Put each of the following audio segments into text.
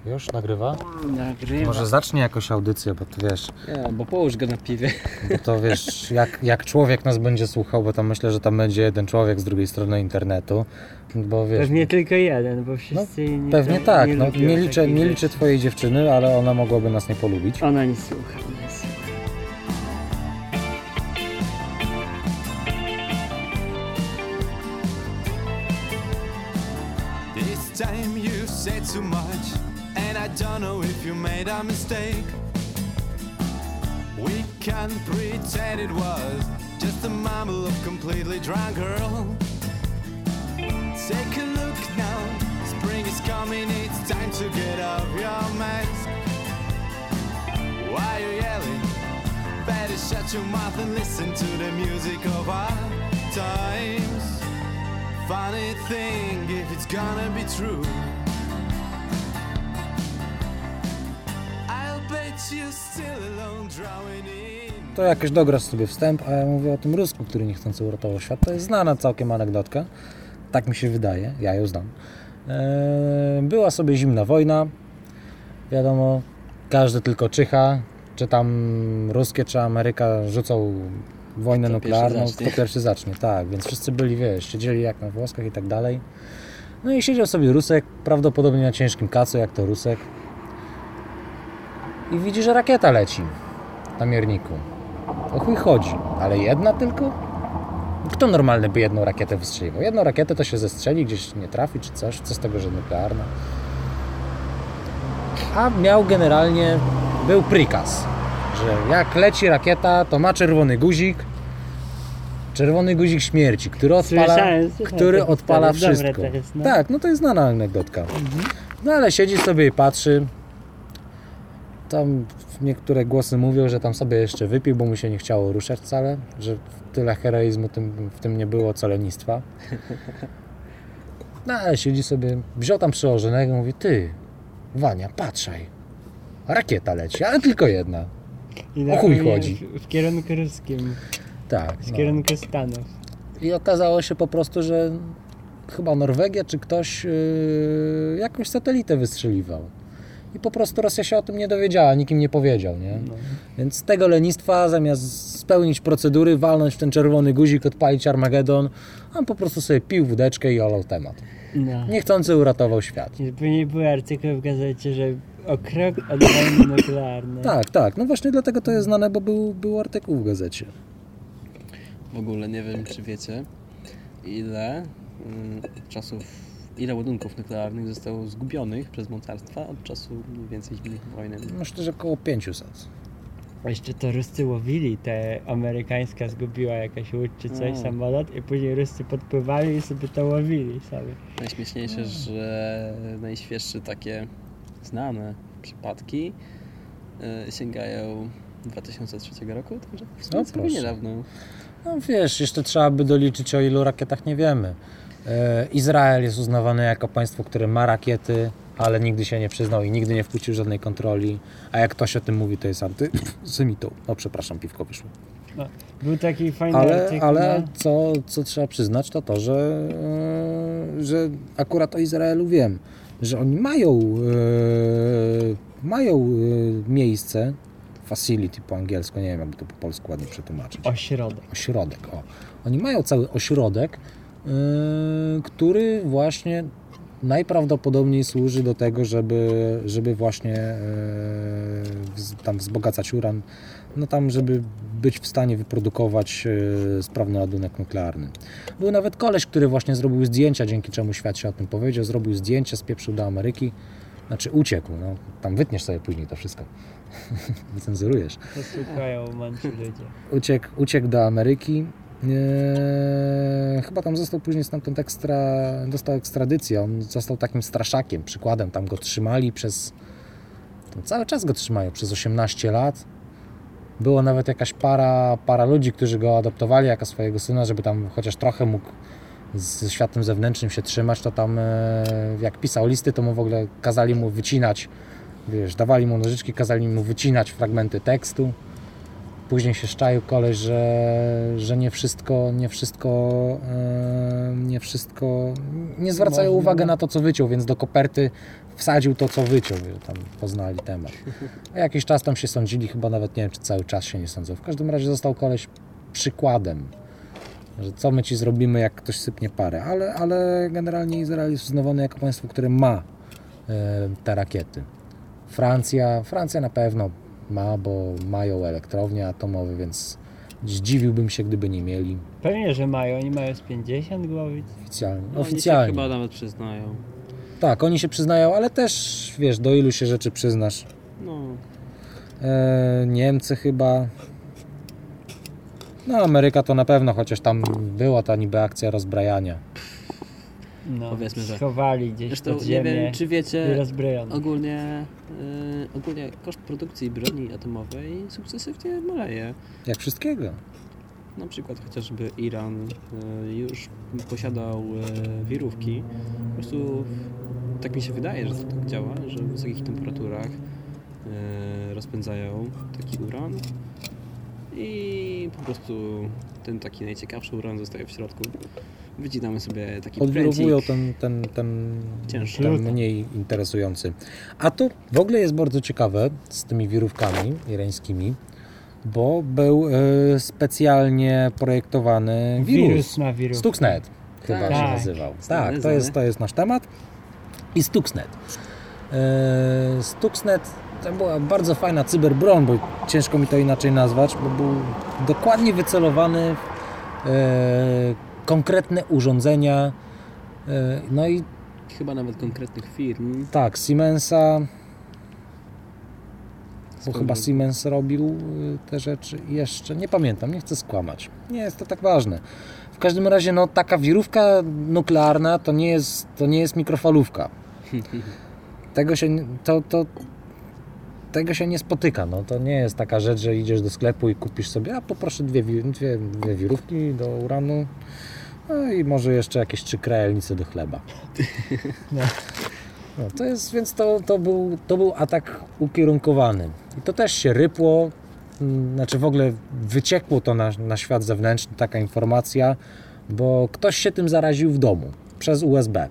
Już nagrywa? Nagrywa. Może zacznie jakoś audycję, bo to wiesz... Ja, bo połóż go na piwie. Bo to wiesz, jak człowiek nas będzie słuchał, bo tam myślę, że tam będzie jeden człowiek z drugiej strony internetu, bo wiesz... Pewnie tylko jeden, bo wszyscy no, pewnie tak, nie nie liczę twojej dziewczyny, ale ona mogłaby nas nie polubić. Ona nie słucha, This time you said too much, and I don't know if you made a mistake. We can't pretend it was just a mumble of completely drunk girl. Take a look now, spring is coming, it's time to get off your mask. Why are you yelling? Better shut your mouth and listen to the music of our times. Funny thing if it's gonna be true. I'll bet you still alone drawing in. To jakoś dograsz sobie wstęp, a ja mówię o tym Rusku, który niechcący uratował świat. To jest znana całkiem anegdotka. Tak mi się wydaje, ja ją znam. Była sobie zimna wojna. Wiadomo, każdy tylko czyha, czy tam ruskie, czy Ameryka rzucą wojnę nuklearną, kto pierwszy zacznie. Tak, więc wszyscy byli, wiesz, siedzieli jak na włoskach i tak dalej. No i siedział sobie Rusek, prawdopodobnie na ciężkim kacu, jak to Rusek. I widzi, że rakieta leci na mierniku. O chuj chodzi, ale jedna tylko? Kto normalny by jedną rakietę wystrzeliwał? Jedną rakietę to się zestrzeli, gdzieś nie trafi czy coś, co z tego, że nuklearna. A miał generalnie, był prikaz, że jak leci rakieta, to ma czerwony guzik śmierci, który odpala wszystko. Jest, no. Tak, no to jest znana anegdotka. No ale siedzi sobie i patrzy. Tam niektóre głosy mówią, że tam sobie jeszcze wypił, bo mu się nie chciało ruszać wcale, że tyle heroizmu w tym nie było, co lenistwa. No ale siedzi sobie, wziął tam przełożonego i mówi: ty, Wania, patrzaj, rakieta leci, ale tylko jedna. I o chuj chodzi. W kierunku ruskim. Tak. W kierunku Stanów. I okazało się po prostu, że chyba Norwegia czy ktoś jakąś satelitę wystrzeliwał. I po prostu Rosja się o tym nie dowiedziała, nikim nie powiedział, nie? No. Więc z tego lenistwa, zamiast spełnić procedury, walnąć w ten czerwony guzik, odpalić Armagedon, on po prostu sobie pił wódeczkę i olał temat. No. Niechcący uratował świat. I później był artykuł w gazecie, że o krok od wojny nuklearnej. Tak. No właśnie dlatego to jest znane, bo był artykuł w gazecie. W ogóle nie wiem, czy wiecie, ile ładunków nuklearnych zostało zgubionych przez mocarstwa od czasu mniej więcej zimnej wojny. Myślę, że około 500. A jeszcze to Ruscy łowili, te amerykańska zgubiła jakaś łódź czy coś, samolot, i później Ruscy podpływali i sobie to łowili sobie. Najśmieszniejsze, że najświeższe takie znane przypadki sięgają 2003 roku, także w sumie niedawno. No wiesz, jeszcze trzeba by doliczyć, o ilu rakietach nie wiemy. Izrael jest uznawany jako państwo, które ma rakiety, ale nigdy się nie przyznał i nigdy nie wpuścił żadnej kontroli. A jak ktoś o tym mówi, to jest antysemitą. No przepraszam, piwko wyszło. No, był taki fajny artykuł. Ale co trzeba przyznać, to że akurat o Izraelu wiem, że oni mają miejsce, facility po angielsku, nie wiem, jakby to po polsku ładnie przetłumaczyć. Ośrodek. Oni mają cały ośrodek, który właśnie najprawdopodobniej służy do tego, żeby właśnie tam wzbogacać uran, no tam, żeby być w stanie wyprodukować sprawny ładunek nuklearny. Był nawet koleś, który właśnie zrobił zdjęcia, dzięki czemu świat się o tym powiedział, zrobił zdjęcia, spieprzył do Ameryki, znaczy uciekł, no tam wytniesz sobie później to wszystko, wycenzurujesz. Posłuchają mądrzy ludzie. Uciekł do Ameryki. Chyba tam został później stamtąd dostał ekstradycję. On został takim straszakiem, przykładem. Tam go trzymali cały czas go trzymają przez 18 lat. Było nawet jakaś para ludzi, którzy go adoptowali jako swojego syna, żeby tam chociaż trochę mógł ze światem zewnętrznym się trzymać. To tam jak pisał listy, to mu w ogóle kazali mu wycinać, wiesz, dawali mu nożyczki, kazali mu wycinać fragmenty tekstu. Później się szczaił koleś, że nie zwracają uwagi na to, co wyciął, więc do koperty wsadził to, co wyciął. Tam poznali temat. A jakiś czas tam się sądzili, chyba nawet nie wiem, czy cały czas się nie sądzą. W każdym razie został koleś przykładem, że co my ci zrobimy, jak ktoś sypnie parę. Ale generalnie Izrael jest uznawany jako państwo, które ma te rakiety. Francja na pewno ma, bo mają elektrownie atomowe, więc zdziwiłbym się, gdyby nie mieli. Pewnie, że mają. Oni mają z 50 głowic. Oficjalnie. Oni się chyba nawet przyznają. Tak, oni się przyznają, ale też, wiesz, do ilu się rzeczy przyznasz. No. Niemcy chyba. No, Ameryka to na pewno, chociaż tam była ta niby akcja rozbrajania. No, powiedzmy, że schowali gdzieś zresztą pod ziemię. Nie wiem, czy wiecie, ogólnie koszt produkcji broni atomowej sukcesywnie maleje. Jak wszystkiego. Na przykład chociażby Iran już posiadał wirówki. Po prostu tak mi się wydaje, że to tak działa, że w wysokich temperaturach rozpędzają taki uran i po prostu ten taki najciekawszy uran zostaje w środku. Wycinamy sobie taki odwirowują ten mniej interesujący. A to w ogóle jest bardzo ciekawe z tymi wirówkami irańskimi, bo był specjalnie projektowany wirus na wirówkę. Stuxnet chyba się nazywał. Tak, to jest nasz temat. I Stuxnet. Stuxnet to była bardzo fajna cyberbroń, bo ciężko mi to inaczej nazwać, bo był dokładnie wycelowany w konkretne urządzenia, no i chyba nawet konkretnych firm. Tak, Siemensa, bo chyba Siemens robił te rzeczy jeszcze, nie pamiętam, nie chcę skłamać, nie jest to tak ważne. W każdym razie, no taka wirówka nuklearna to nie jest mikrofalówka. Tego się nie spotyka, no to nie jest taka rzecz, że idziesz do sklepu i kupisz sobie, a poproszę dwie wirówki do uranu, no i może jeszcze jakieś 3 krajelnice do chleba. No, to jest, więc to był atak ukierunkowany. I to też się rypło, znaczy w ogóle wyciekło to na świat zewnętrzny, taka informacja, bo ktoś się tym zaraził w domu przez USB.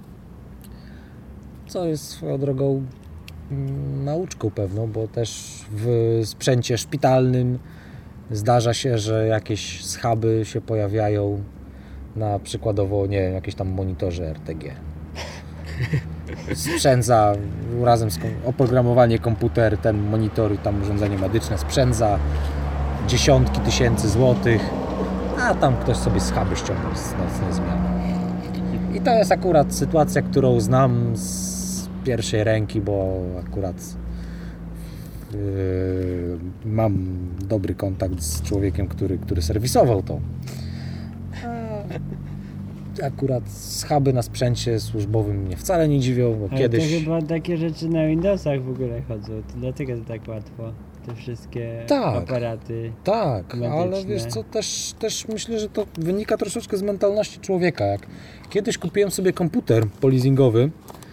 Co jest swoją drogą nauczką pewną, bo też w sprzęcie szpitalnym zdarza się, że jakieś schaby się pojawiają na przykładowo, nie wiem, jakieś tam monitorze RTG. Sprzędza razem z oprogramowanie komputer, ten monitor i tam urządzenie medyczne sprzędza dziesiątki tysięcy złotych, a tam ktoś sobie schaby ściągnął z nocnej zmiany. I to jest akurat sytuacja, którą znam z pierwszej ręki, bo akurat mam dobry kontakt z człowiekiem, który serwisował to. Akurat schaby na sprzęcie służbowym mnie wcale nie dziwią, bo ale kiedyś... to chyba takie rzeczy na Windowsach w ogóle chodzą, to dlatego to tak łatwo. Te wszystkie aparaty. Tak, medyczne. Ale wiesz co, też myślę, że to wynika troszeczkę z mentalności człowieka. Jak kiedyś kupiłem sobie komputer polizingowy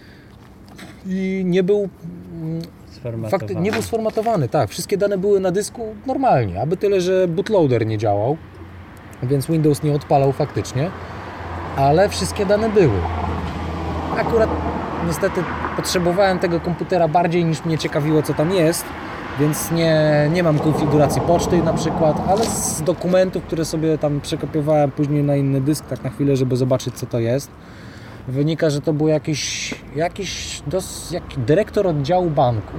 i nie był sformatowany, tak. Wszystkie dane były na dysku normalnie, aby tyle, że bootloader nie działał, więc Windows nie odpalał faktycznie, ale wszystkie dane były. Akurat niestety potrzebowałem tego komputera bardziej niż mnie ciekawiło, co tam jest, więc nie mam konfiguracji poczty na przykład, ale z dokumentów, które sobie tam przekopiowałem później na inny dysk, tak na chwilę, żeby zobaczyć, co to jest, wynika, że to był jakiś dyrektor oddziału banku.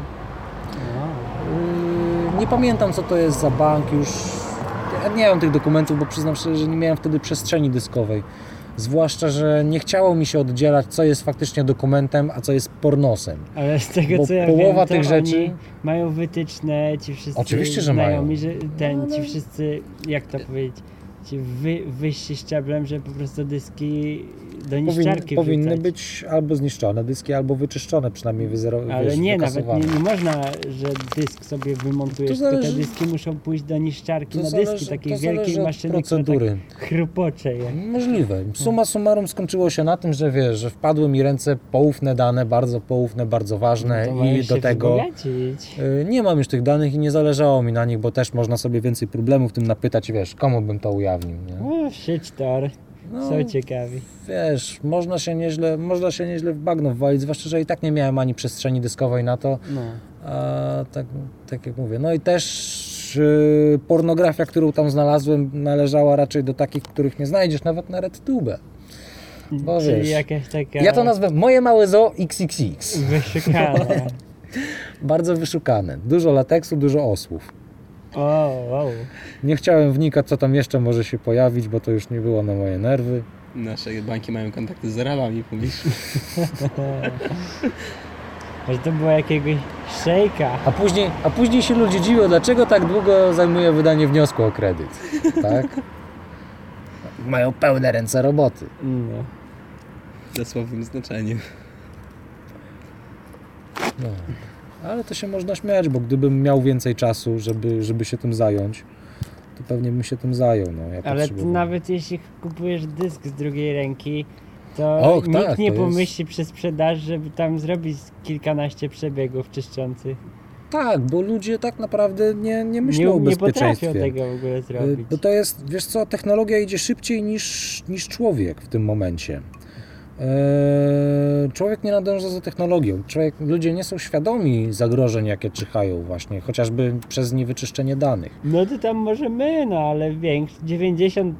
Nie pamiętam, co to jest za bank już. Ja nie mam tych dokumentów, bo przyznam szczerze, że nie miałem wtedy przestrzeni dyskowej. Zwłaszcza, że nie chciało mi się oddzielać, co jest faktycznie dokumentem, a co jest pornosem. Ale z tego, bo co ja połowa wiem, tych rzeczy mają wytyczne, ci wszyscy oczywiście, że mają. ci wszyscy, jak to powiedzieć, wyższy szczeblem, że po prostu dyski do niszczarki powinny wrzucać. być albo zniszczone dyski, albo wyczyszczone, przynajmniej Ale nie, nawet wykasowane. nie można, że dysk sobie wymontujesz, To zależy- tylko te dyski muszą pójść do niszczarki To na zależy- dyski, takiej to zależy wielkiej od maszyny, procedury. która tak chrupocze je. Możliwe. Summa summarum skończyło się na tym, że wiesz, że wpadły mi ręce poufne dane, bardzo poufne, bardzo ważne To i możesz do się tego wzbogacić. nie mam już tych danych i nie zależało mi na nich, bo też można sobie więcej problemów tym napytać, wiesz, komu bym to ujawnił, nie? Shitstorm. No, Są ciekawi. wiesz, można się nieźle w bagno wwalić, zwłaszcza, że i tak nie miałem ani przestrzeni dyskowej na to, No. a tak jak mówię, no i też pornografia, którą tam znalazłem, należała raczej do takich, których nie znajdziesz nawet na RedTube. Bo Czyli wiesz, jakaś taka ja to nazwę moje małe zoo XXX. wyszukana. Bardzo wyszukane. Dużo lateksu, dużo osłów. Wow. Nie chciałem wnikać, co tam jeszcze może się pojawić, bo to już nie było na moje nerwy. Nasze banki mają kontakty z Arabami, mówisz? Może to było jakiegoś szejka. A później się ludzie dziwią, dlaczego tak długo zajmuje wydanie wniosku o kredyt. Tak? Mają pełne ręce roboty. No. W dosłownym znaczeniu. No. Ale to się można śmiać, bo gdybym miał więcej czasu, żeby się tym zająć, to pewnie bym się tym zajął. No, ja Ale potrzebowałem. nawet jeśli kupujesz dysk z drugiej ręki, to Och, nikt tak, nie to pomyśli przy sprzedaży, żeby tam zrobić kilkanaście przebiegów czyszczących. Tak, bo ludzie tak naprawdę nie myślą o Nie bezpieczeństwie. potrafią tego w ogóle zrobić. Bo to jest, wiesz co, technologia idzie szybciej niż człowiek w tym momencie. Człowiek nie nadąża za technologią. Ludzie nie są świadomi zagrożeń, jakie czyhają właśnie, chociażby przez niewyczyszczenie danych. No to tam może my, no ale 95%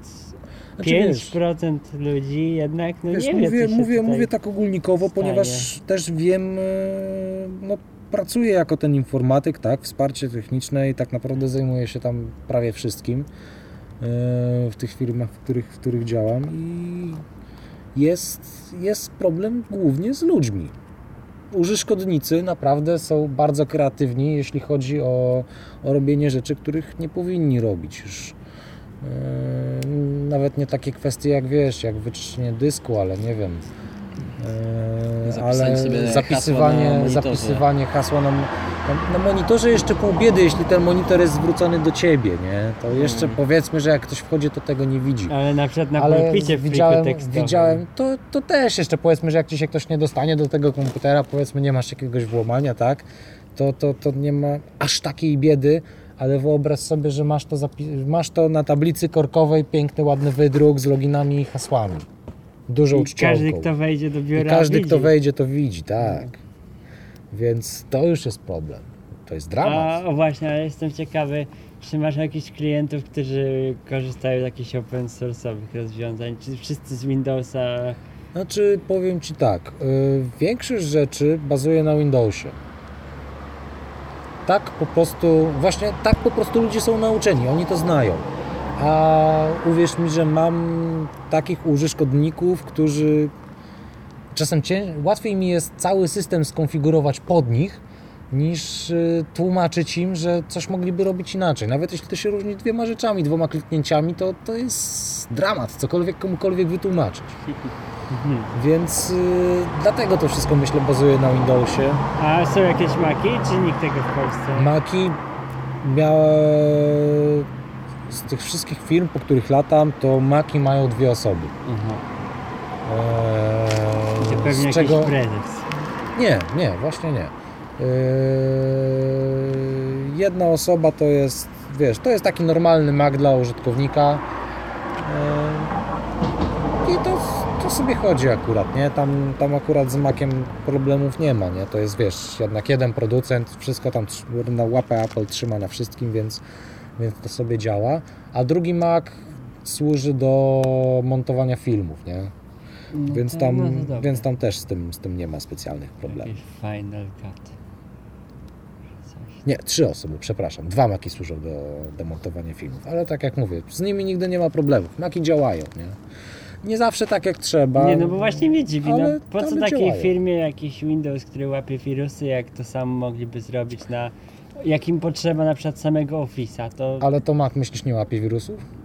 ludzi jednak Wiesz, nie wie, co się mówię tak ogólnikowo, stanie. ponieważ też wiem, no, pracuję jako ten informatyk, tak, wsparcie techniczne i tak naprawdę zajmuję się tam prawie wszystkim w tych firmach, w których działam i jest problem głównie z ludźmi. Użyszkodnicy naprawdę są bardzo kreatywni, jeśli chodzi o robienie rzeczy, których nie powinni robić już. Nawet nie takie kwestie jak wiesz, jak wyczyszczenie dysku, ale nie wiem. Zapisać sobie zapisywanie hasła na monitorze jeszcze pół biedy, jeśli ten monitor jest zwrócony do ciebie, nie? To jeszcze powiedzmy, że jak ktoś wchodzi, to tego nie widzi. Ale na przykład na pulpicie w pliku tekstowym. Widziałem, to też jeszcze powiedzmy, że jak ci się ktoś nie dostanie do tego komputera, powiedzmy nie masz jakiegoś włamania, tak? To nie ma aż takiej biedy, ale wyobraź sobie, że masz to na tablicy korkowej, piękny, ładny wydruk z loginami i hasłami. Dużą czcionką. Każdy, kto wejdzie do biura, I każdy, widzi. kto wejdzie, to widzi, tak. Więc to już jest problem. To jest dramat. O właśnie, ale jestem ciekawy, czy masz jakichś klientów, którzy korzystają z jakichś open source'owych rozwiązań? Czy wszyscy z Windowsa? Znaczy, powiem Ci tak, większość rzeczy bazuje na Windowsie. Tak po prostu ludzie są nauczeni, oni to znają. A uwierz mi, że mam takich użytkowników, którzy czasem łatwiej mi jest cały system skonfigurować pod nich, niż tłumaczyć im, że coś mogliby robić inaczej. Nawet jeśli to się różni 2 rzeczami, 2 kliknięciami, to jest dramat, cokolwiek komukolwiek wytłumaczyć. Więc dlatego to wszystko, myślę, bazuje na Windowsie. A są jakieś Maki, czy nikt tego w Polsce? Maki miały z tych wszystkich firm, po których latam, to Maki mają 2 osoby. To pewnie z jakiś czego... prezes. Nie, właśnie nie. Jedna osoba to jest, wiesz, to jest taki normalny Mac dla użytkownika i to sobie chodzi akurat, nie? Tam akurat z Maciem problemów nie ma, nie? To jest, wiesz, jednak jeden producent, wszystko tam na łapę Apple trzyma na wszystkim, więc to sobie działa, a drugi Mac służy do montowania filmów, nie? No Więc tam też z tym nie ma specjalnych problemów. Jakiś Final Cut. Nie, 3 osoby, przepraszam. 2 Maki służą do montowania filmów, ale tak jak mówię, z nimi nigdy nie ma problemów. Maki działają, nie? Nie zawsze tak jak trzeba. Nie, no bo właśnie mnie dziwi, no po co takiej działają. firmie jakiś Windows, który łapie wirusy, jak to samo mogliby zrobić jakim potrzeba na przykład samego Office'a, to... Ale to Mac, myślisz, nie łapie wirusów?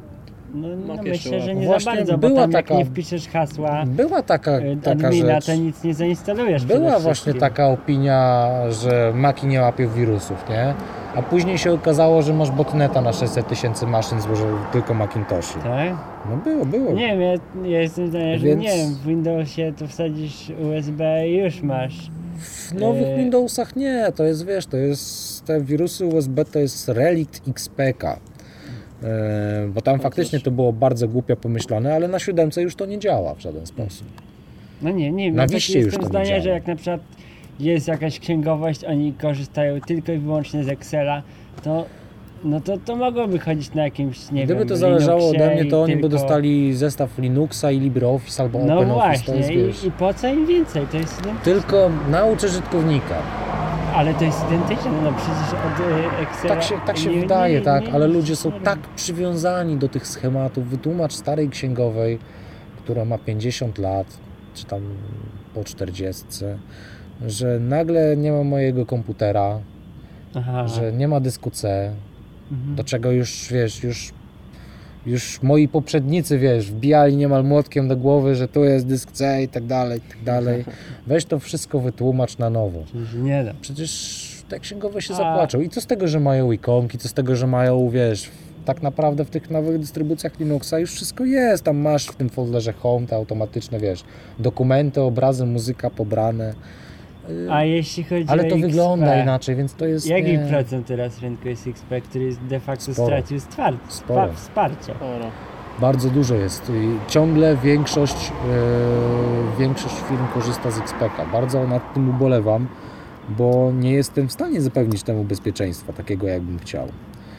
No myślę, że nie Właśnie za bardzo, bo tam jak nie wpiszesz hasła była taka admina, rzecz. to nic nie zainstalujesz. Była właśnie taka opinia, że Maki nie łapią wirusów, nie? A później się okazało, że masz botneta na 600 000 maszyn złożył tylko Macintoshy. Tak? No było. Nie wiem, ja jestem zdania, że nie wiem, w Windowsie to wsadzisz USB i już masz. W nowych Windowsach nie, to jest, wiesz, te wirusy USB to jest relikt XPK. Bo tam faktycznie to było bardzo głupio pomyślane, ale na 7 już to nie działa w żaden sposób. No nie na Wiście już to jestem zdania, że jak na przykład jest jakaś księgowość, oni korzystają tylko i wyłącznie z Excela, to mogłoby chodzić na jakimś, nie Gdyby wiem, to zależało Linuxie ode mnie, to oni by tylko... dostali zestaw Linuxa i LibreOffice albo OpenOffice. Właśnie, to jest, i po co im więcej? To jest identyczne. Tylko naucz użytkownika. Ale to jest identyczne, no przecież od Excela... Tak się wydaje, ale ludzie są tak przywiązani do tych schematów. Wytłumacz starej księgowej, która ma 50 lat, czy tam po 40, że nagle nie ma mojego komputera, że nie ma dysku C, do czego już, wiesz, już moi poprzednicy, wiesz, wbijali niemal młotkiem do głowy, że tu jest dysk C i tak dalej, i tak dalej. Weź to wszystko wytłumacz na nowo. Nie da. Przecież te księgowe się zapłaczą. I co z tego, że mają ikonki, co z tego, że mają, wiesz, tak naprawdę w tych nowych dystrybucjach Linuxa już wszystko jest. Tam masz w tym folderze Home te automatyczne, wiesz, dokumenty, obrazy, muzyka pobrane. A jeśli chodzi ale to XP, wygląda inaczej, więc to jest... Jaki procent teraz rynku jest XP, który de facto stracił wsparcie? Bardzo dużo jest. I ciągle większość firm korzysta z XP-ka. Bardzo nad tym ubolewam, bo nie jestem w stanie zapewnić temu bezpieczeństwa takiego, jakbym chciał.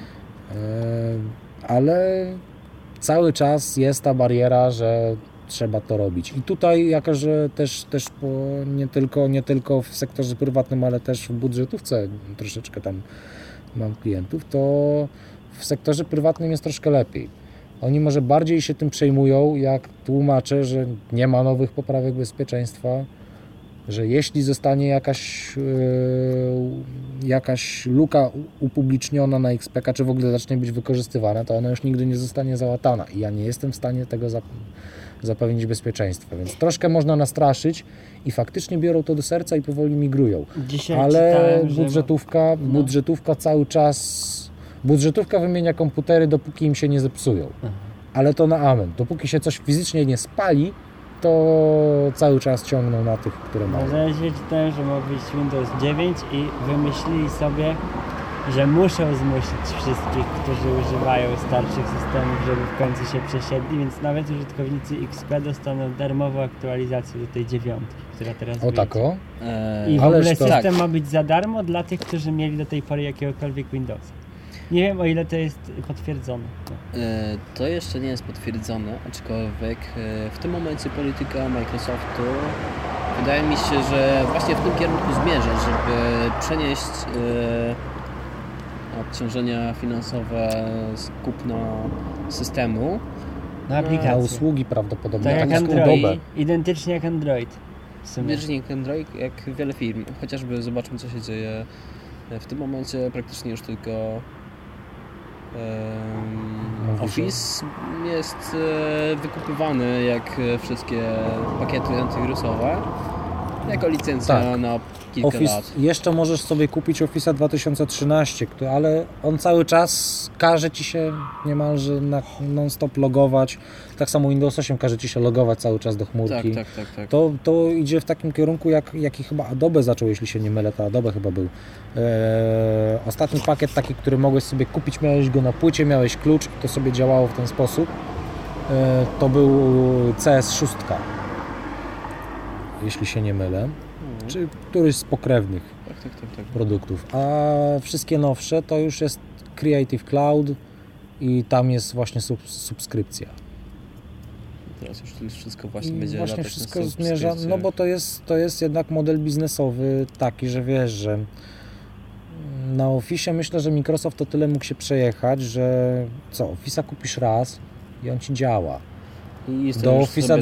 Ale cały czas jest ta bariera, że trzeba to robić. I tutaj, jako że też nie tylko w sektorze prywatnym, ale też w budżetówce troszeczkę tam mam klientów, to w sektorze prywatnym jest troszkę lepiej. Oni może bardziej się tym przejmują, jak tłumaczę, że nie ma nowych poprawek bezpieczeństwa, że jeśli zostanie jakaś luka upubliczniona na XPK, czy w ogóle zacznie być wykorzystywana, to ona już nigdy nie zostanie załatana i ja nie jestem w stanie tego zapewnić bezpieczeństwa, więc troszkę można nastraszyć i faktycznie biorą to do serca i powoli migrują. Ale budżetówka cały czas... Budżetówka wymienia komputery, dopóki im się nie zepsują. Ale to na amen. Dopóki się coś fizycznie nie spali, to cały czas ciągną na tych, które mają. Na razie czytałem, że ma być Windows 9 i wymyślili sobie, że muszą zmusić wszystkich, którzy używają starszych systemów, żeby w końcu się przesiedli, więc nawet użytkownicy XP dostaną darmową aktualizację do tej 9, która teraz wyjdzie. tako? I w ogóle system ma być za darmo dla tych, którzy mieli do tej pory jakiegokolwiek Windowsa. Nie wiem, o ile to jest potwierdzone. To jeszcze nie jest potwierdzone, aczkolwiek w tym momencie polityka Microsoftu wydaje mi się, że właśnie w tym kierunku zmierza, żeby przenieść obciążenia finansowe z kupna systemu na aplikacje. Na usługi prawdopodobnie. Tak jak Android, identycznie jak Android. Identycznie jak Android, jak wiele firm. Chociażby zobaczmy, co się dzieje w tym momencie. Praktycznie już tylko Office jest wykupywany jak wszystkie pakiety antywirusowe jako licencja na kilka lat. Jeszcze możesz sobie kupić Office'a 2013, ale on cały czas każe Ci się niemalże non-stop logować. Tak samo Windows 8 każe Ci się logować cały czas do chmurki. Tak. To idzie w takim kierunku, jaki chyba Adobe zaczął, jeśli się nie mylę, to Adobe chyba był. Ostatni pakiet taki, który mogłeś sobie kupić, miałeś go na płycie, miałeś klucz i to sobie działało w ten sposób. To był CS6. Jeśli się nie mylę, czy któryś z pokrewnych produktów. A wszystkie nowsze to już jest Creative Cloud i tam jest właśnie subskrypcja. Teraz już wszystko właśnie będzie właśnie wszystko zmierza, no bo to jest jednak model biznesowy taki, że wiesz, że na Office'ie myślę, że Microsoft to tyle mógł się przejechać, że Office'a kupisz raz i on Ci działa. Do Office'a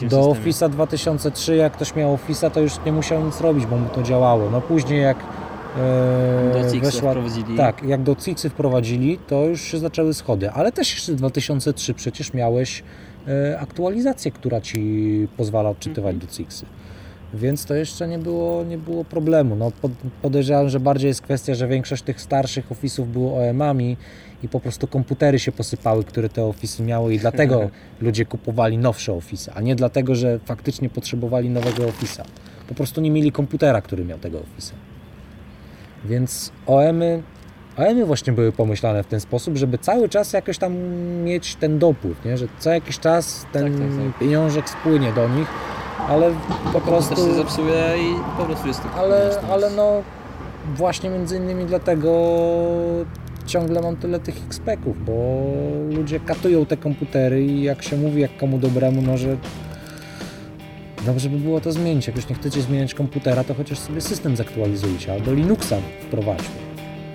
2003, jak ktoś miał Office'a, to już nie musiał nic robić, bo mu to działało. No później jak Do CIX-y weszła, wprowadzili. tak, jak do CIX-y wprowadzili, to już się zaczęły schody, ale też jeszcze w 2003 przecież miałeś aktualizację, która ci pozwala odczytywać do CIX-y. Więc to jeszcze nie było problemu. No, podejrzewam, że bardziej jest kwestia, że większość tych starszych Office'ów było OEM-ami i po prostu komputery się posypały, które te Office'y miały i dlatego ludzie kupowali nowsze Office'y, a nie dlatego, że faktycznie potrzebowali nowego Office'a. Po prostu nie mieli komputera, który miał tego Office'a. Więc OEM-y właśnie były pomyślane w ten sposób, żeby cały czas jakoś tam mieć ten dopływ, nie? Że co jakiś czas ten pieniążek spłynie do nich, ale po prostu... Też się zepsuje i po prostu jest to... Ale no właśnie między innymi dlatego ciągle mam tyle tych XP-ków, bo ludzie katują te komputery i jak się mówi jak komu dobremu, no że dobrze by było to zmienić. Jak już nie chcecie zmieniać komputera, to chociaż sobie system zaktualizujcie albo Linuxa wprowadźmy.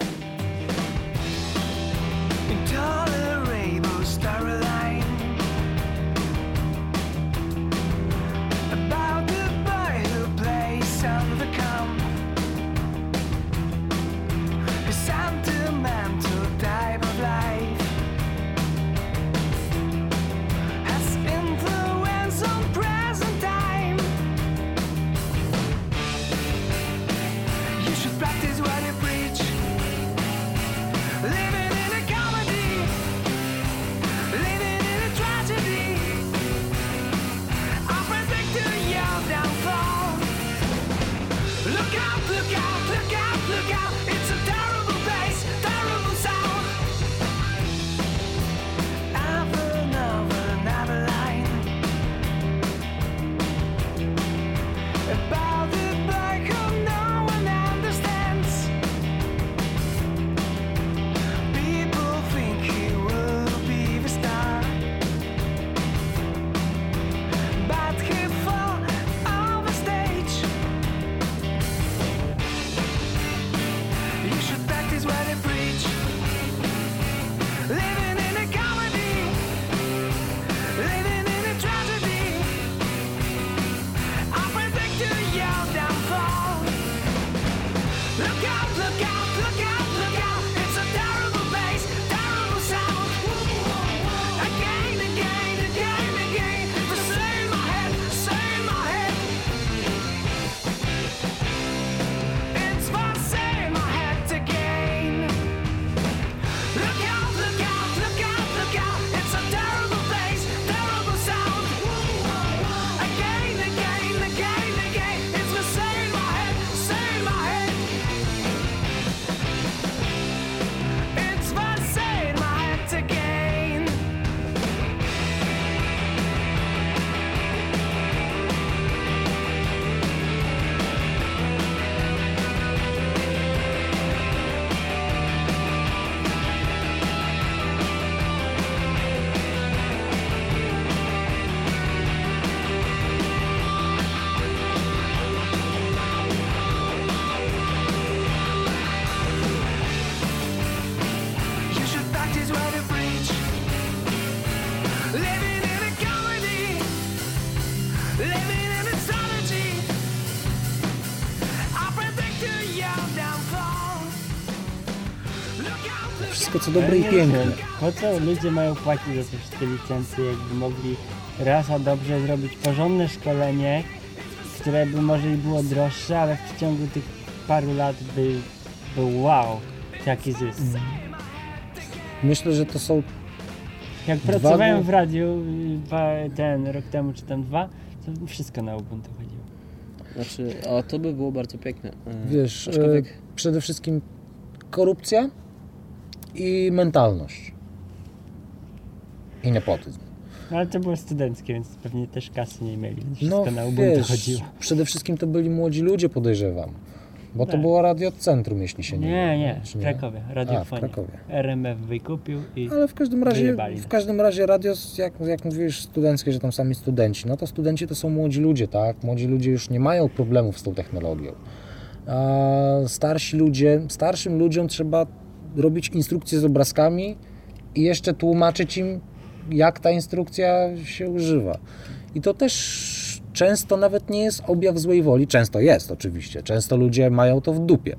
Wszystko co dobre i piękne. Po co ludzie mają płacić za te wszystkie licencje, jakby mogli raz a dobrze zrobić porządne szkolenie, które by może i było droższe, ale w ciągu tych paru lat by był wow, jaki zysk. Myślę, że to są... Jak pracowałem w radiu ten rok temu czy tam 2, to wszystko na Ubuntu chodziło. Znaczy, to by było bardzo piękne. Wiesz, przede wszystkim korupcja i mentalność. I nepotyzm. No ale to było studenckie, więc pewnie też kasy nie mieli, więc wszystko na Ubuntu chodziło. Przede wszystkim to byli młodzi ludzie, podejrzewam. Bo to było radio od centrum, jeśli się nie mylę. Nie, w Krakowie, radiofonia. W Krakowie. RMF wykupił i ale w każdym razie radio, jak mówisz, studenckie, że tam sami studenci, no to studenci to są młodzi ludzie, tak? Młodzi ludzie już nie mają problemów z tą technologią. A starszym ludziom trzeba robić instrukcje z obrazkami i jeszcze tłumaczyć im, jak ta instrukcja się używa. I to też często nawet nie jest objaw złej woli. Często jest oczywiście. Często ludzie mają to w dupie.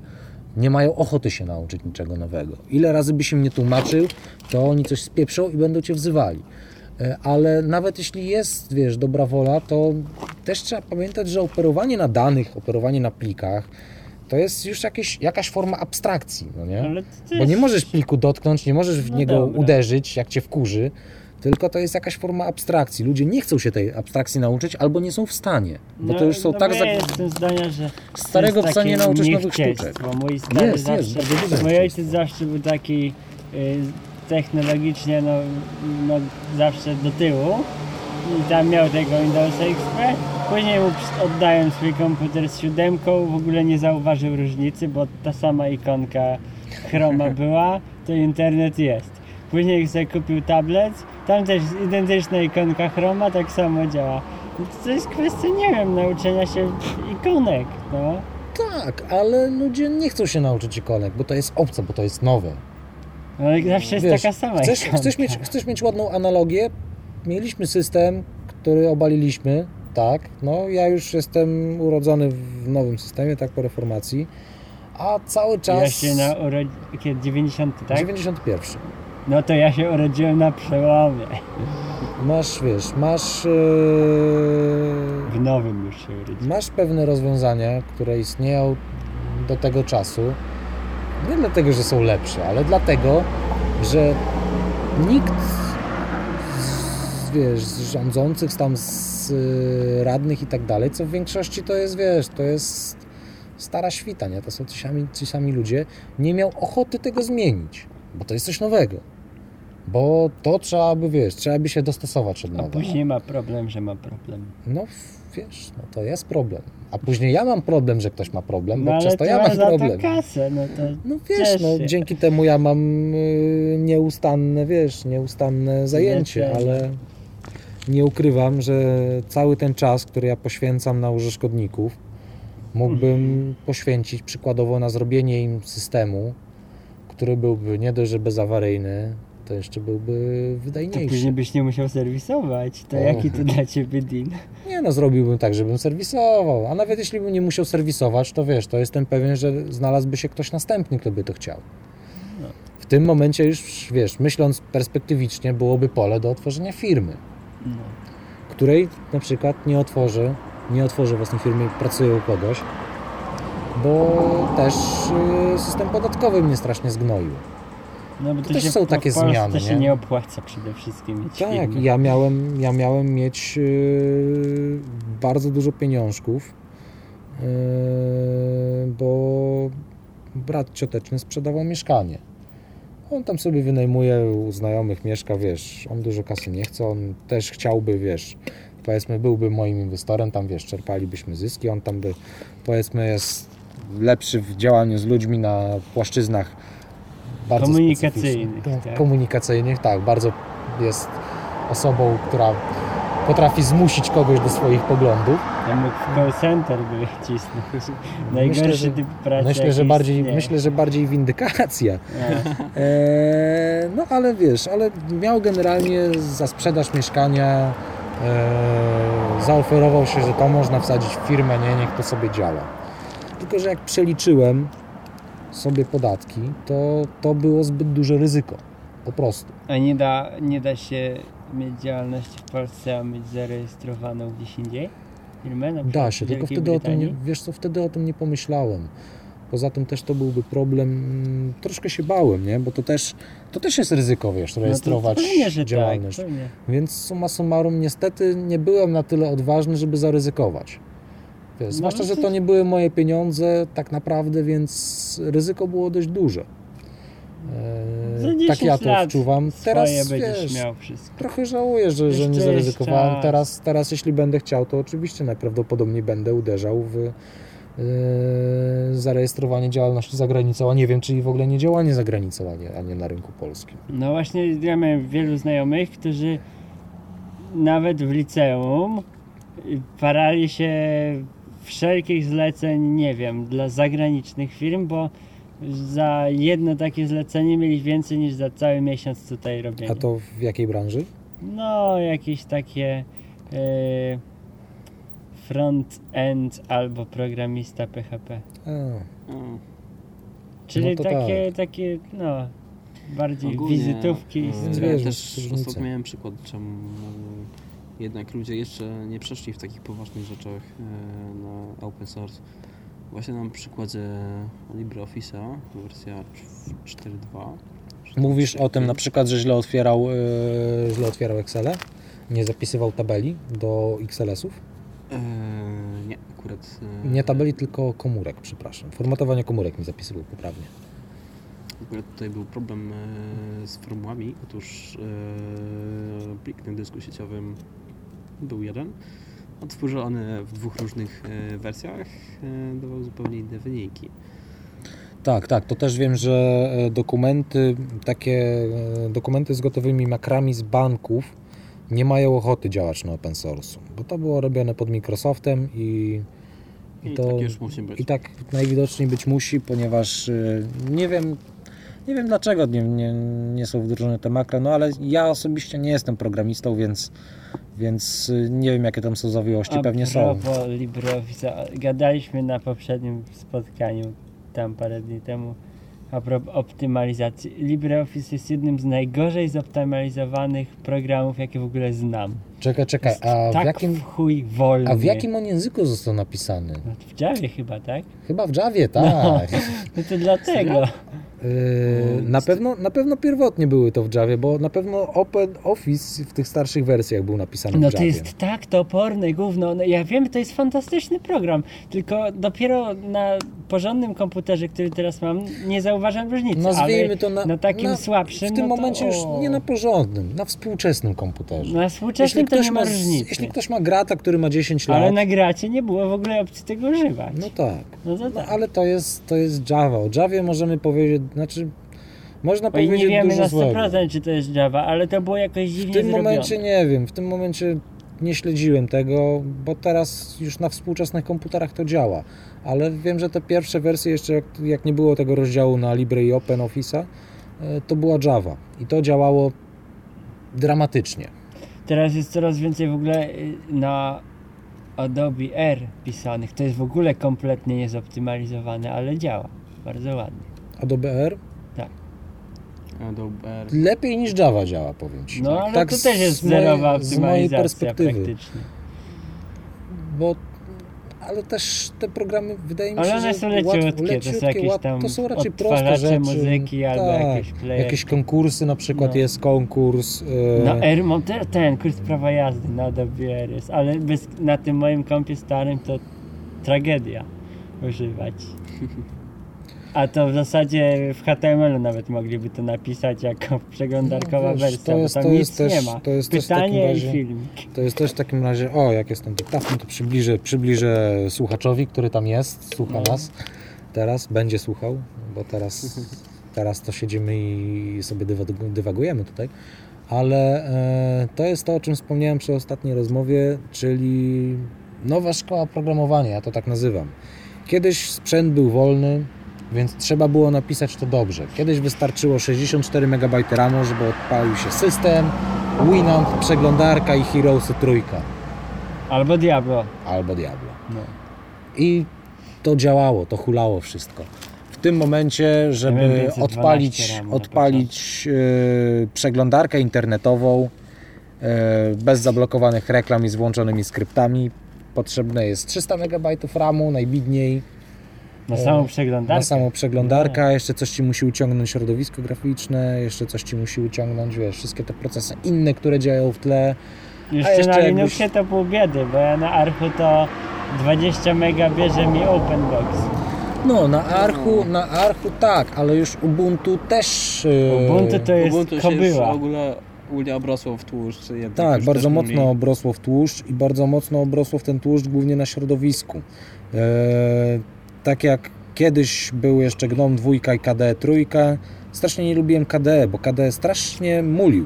Nie mają ochoty się nauczyć niczego nowego. Ile razy byś im nie tłumaczył, to oni coś spieprzą i będą cię wzywali. Ale nawet jeśli jest, wiesz, dobra wola, to też trzeba pamiętać, że operowanie na danych, operowanie na plikach, to jest już jakaś forma abstrakcji, no nie? Ale Bo nie możesz pliku dotknąć, nie możesz w niego uderzyć, jak cię wkurzy, tylko to jest jakaś forma abstrakcji. Ludzie nie chcą się tej abstrakcji nauczyć, albo nie są w stanie, bo to już są tak... Ja jestem zdania, że starego w stanie nauczyć nowych sztuczek. Bo mój stary mój ojciec zawsze był taki technologicznie zawsze do tyłu i tam miał tego Windows XP. Później mu oddałem swój komputer z 7, w ogóle nie zauważył różnicy, bo ta sama ikonka Chroma była, to internet jest. Później sobie kupił tablet, tam też identyczna ikonka Chroma, tak samo działa. To jest kwestia, nie wiem, nauczenia się ikonek, no. Tak, ale ludzie nie chcą się nauczyć ikonek, bo to jest obce, bo to jest nowe. No zawsze jest taka sama chcesz mieć ładną analogię? Mieliśmy system, który obaliliśmy, tak, no ja już jestem urodzony w nowym systemie, tak, po reformacji, a cały czas... Ja się kiedy 90, tak? 91. No to ja się urodziłem na przełomie. Masz... W nowym już się urodziłem. Masz pewne rozwiązania, które istnieją do tego czasu, nie dlatego, że są lepsze, ale dlatego, że nikt z rządzących, tam z radnych i tak dalej, co w większości to jest, to jest stara świta, nie? To są ci sami ludzie, nie miał ochoty tego zmienić, bo to jest coś nowego. Bo to trzeba by się dostosować od nowa. A później ma problem, że ma problem. No to jest problem. A później ja mam problem, że ktoś ma problem, bo przez to ja mam problem. To kasę, dzięki temu ja mam nieustanne zajęcie, ale nie ukrywam, że cały ten czas, który ja poświęcam na Urze Szkodników, mógłbym poświęcić przykładowo na zrobienie im systemu, który byłby nie dość, że bezawaryjny, to jeszcze byłby wydajniejszy. To później byś nie musiał serwisować. To jaki to dla ciebie deal? Nie zrobiłbym tak, żebym serwisował. A nawet jeśli bym nie musiał serwisować, to to jestem pewien, że znalazłby się ktoś następny, kto by to chciał. No. W tym momencie już, myśląc perspektywicznie, byłoby pole do otworzenia firmy, której na przykład nie otworzę własnej firmy i pracuję u kogoś, bo też system podatkowy mnie strasznie strasznie zgnoił. No bo to też są takie zmiany. To się nie opłaca przede wszystkim mieć tak, firmy. Ja miałem mieć bardzo dużo pieniążków, bo brat cioteczny sprzedawał mieszkanie. On tam sobie wynajmuje, u znajomych mieszka, on dużo kasy nie chce, on też chciałby, powiedzmy, byłby moim inwestorem, tam, czerpalibyśmy zyski, on tam by, powiedzmy, jest lepszy w działaniu z ludźmi na płaszczyznach bardzo komunikacyjnych, tak, bardzo jest osobą, która potrafi zmusić kogoś do swoich poglądów. Ja mógł w call center by cisnąć. Najgorszy typ pracy. Myślę, że bardziej windykacja. Ale ale miał generalnie za sprzedaż mieszkania, zaoferował się, że to można wsadzić w firmę, niech to sobie działa. Tylko że jak przeliczyłem sobie podatki, to było zbyt duże ryzyko. Po prostu. A nie da się mieć działalności w Polsce, a mieć zarejestrowaną gdzieś indziej? Firmę, na da się, tylko wtedy o tym nie pomyślałem. Poza tym też to byłby problem, troszkę się bałem, nie? Bo to też jest ryzyko, rejestrować działalność. Tak, więc summa summarum niestety nie byłem na tyle odważny, żeby zaryzykować. Zwłaszcza, że to nie były moje pieniądze tak naprawdę, więc ryzyko było dość duże. Tak ja to odczuwam. Teraz miał wszystko. Trochę żałuję, że nie zaryzykowałem. Teraz jeśli będę chciał, to oczywiście najprawdopodobniej będę uderzał w zarejestrowanie działalności za granicą, a nie wiem, czyli w ogóle nie działanie za granicą, a nie na rynku polskim. No właśnie, ja miałem wielu znajomych, którzy nawet w liceum parali się wszelkich zleceń, nie wiem, dla zagranicznych firm, bo za jedno takie zlecenie mieli więcej niż za cały miesiąc tutaj robienia. A to w jakiej branży? No, jakieś takie front-end albo programista PHP. Czyli to takie bardziej Ogólnie, wizytówki. Wiesz, Ja jest też różnica. ostatnio miałem przykład, czemu jednak ludzie jeszcze nie przeszli w takich poważnych rzeczach na open source. Właśnie na przykładzie LibreOffice'a, wersja 4.2. Mówisz o tym na przykład, że źle otwierał Excel? Nie zapisywał tabeli do XLS-ów? Nie, akurat... Nie tabeli, tylko komórek, przepraszam. Formatowanie komórek mi zapisywał poprawnie. Akurat tutaj był problem z formułami. Otóż plik na dysku sieciowym był jeden, odtworzony w 2 różnych wersjach, dawał zupełnie inne wyniki. Tak, to też wiem, że dokumenty z gotowymi makrami z banków nie mają ochoty działać na open source, bo to było robione pod Microsoftem i to tak już musi być. I tak najwidoczniej być musi, ponieważ nie wiem dlaczego nie są wdrożone te makra, no ale ja osobiście nie jestem programistą, więc nie wiem jakie tam są zawiłości, pewnie są. A propos LibreOffice'a, gadaliśmy na poprzednim spotkaniu, tam parę dni temu, a propos optymalizacji. LibreOffice jest jednym z najgorzej zoptymalizowanych programów, jakie w ogóle znam. Czekaj, W chuj wolny. A w jakim on języku został napisany? W Javie chyba, tak? Chyba w Javie, tak. No to dlatego. Na pewno pierwotnie były to w Javie, bo na pewno OpenOffice w tych starszych wersjach był napisany w No Javie. to jest tak toporne gówno. No, ja wiem, to jest fantastyczny program, tylko dopiero na porządnym komputerze, który teraz mam, nie zauważam różnicy. Nazwijmy ale to na takim słabszym. W tym no momencie już nie na porządnym, na współczesnym komputerze. Na współczesnym to nie ma różnicy. Jeśli ktoś ma grata, który ma 10 lat... Ale na gracie nie było w ogóle opcji tego używać. No tak. No to tak. Ale to jest Java. O Javie możemy powiedzieć, można powiedzieć nie wiemy dużo na 100%, złego. czy to jest Java, ale to było jakoś dziwnie W tym zrobione. momencie nie wiem, w tym momencie nie śledziłem tego, bo teraz już na współczesnych komputerach to działa. Ale wiem, że te pierwsze wersje jeszcze, jak nie było tego rozdziału na Libre i OpenOffice'a, to była Java. I to działało dramatycznie. Teraz jest coraz więcej w ogóle na Adobe R pisanych. To jest w ogóle kompletnie niezoptymalizowane, ale działa bardzo ładnie. Adobe R? Tak. Adobe R. Lepiej niż Java działa, powiem Ci. No ale tak to też jest zerowa optymalizacja praktycznie. Ale też te programy, wydaje mi Ale się, one że są leciutkie, to są jakieś tam to są raczej proste odtwarzacze rzeczy. muzyki albo jakieś playerki. Jakieś konkursy, na przykład jest konkurs. Na R mam ten kurs prawa jazdy na Adobe R jest, ale na tym moim kompie starym to tragedia używać. A to w zasadzie w HTML-u nawet mogliby to napisać jako przeglądarkowa wersja, bo tam nic nie ma. To jest Pytanie i filmik. To jest też w takim razie, jak jest ten dyktafon, to przybliżę słuchaczowi, który tam jest, słucha nas. Teraz będzie słuchał, bo teraz to siedzimy i sobie dywagujemy tutaj. Ale to jest to, o czym wspomniałem przy ostatniej rozmowie, czyli nowa szkoła programowania, ja to tak nazywam. Kiedyś sprzęt był wolny, więc trzeba było napisać to dobrze. Kiedyś wystarczyło 64 MB RAMu, żeby odpalił się system, Winamp, przeglądarka i Heroesy trójka. Albo Diablo. No. I to działało, to hulało wszystko. W tym momencie, żeby odpalić przeglądarkę internetową bez zablokowanych reklam i z włączonymi skryptami, potrzebne jest 300 MB RAMu, najbidniej. Na samą przeglądarkę. Jeszcze coś Ci musi uciągnąć środowisko graficzne, jeszcze coś Ci musi uciągnąć, wszystkie te procesy inne, które działają w tle. Jeszcze na Linuxie to pół biedy, bo ja na Archu to 20 mega bierze mi OpenBox. No, na Archu tak, ale już Ubuntu też... Ubuntu to jest kobyła. W ogóle obrosło w tłuszcz. Tak, bardzo mocno obrosło w tłuszcz i bardzo mocno obrosło w ten tłuszcz głównie na środowisku. Tak jak kiedyś był jeszcze GNOME 2 i KDE 3, strasznie nie lubiłem KDE, bo KDE strasznie mulił.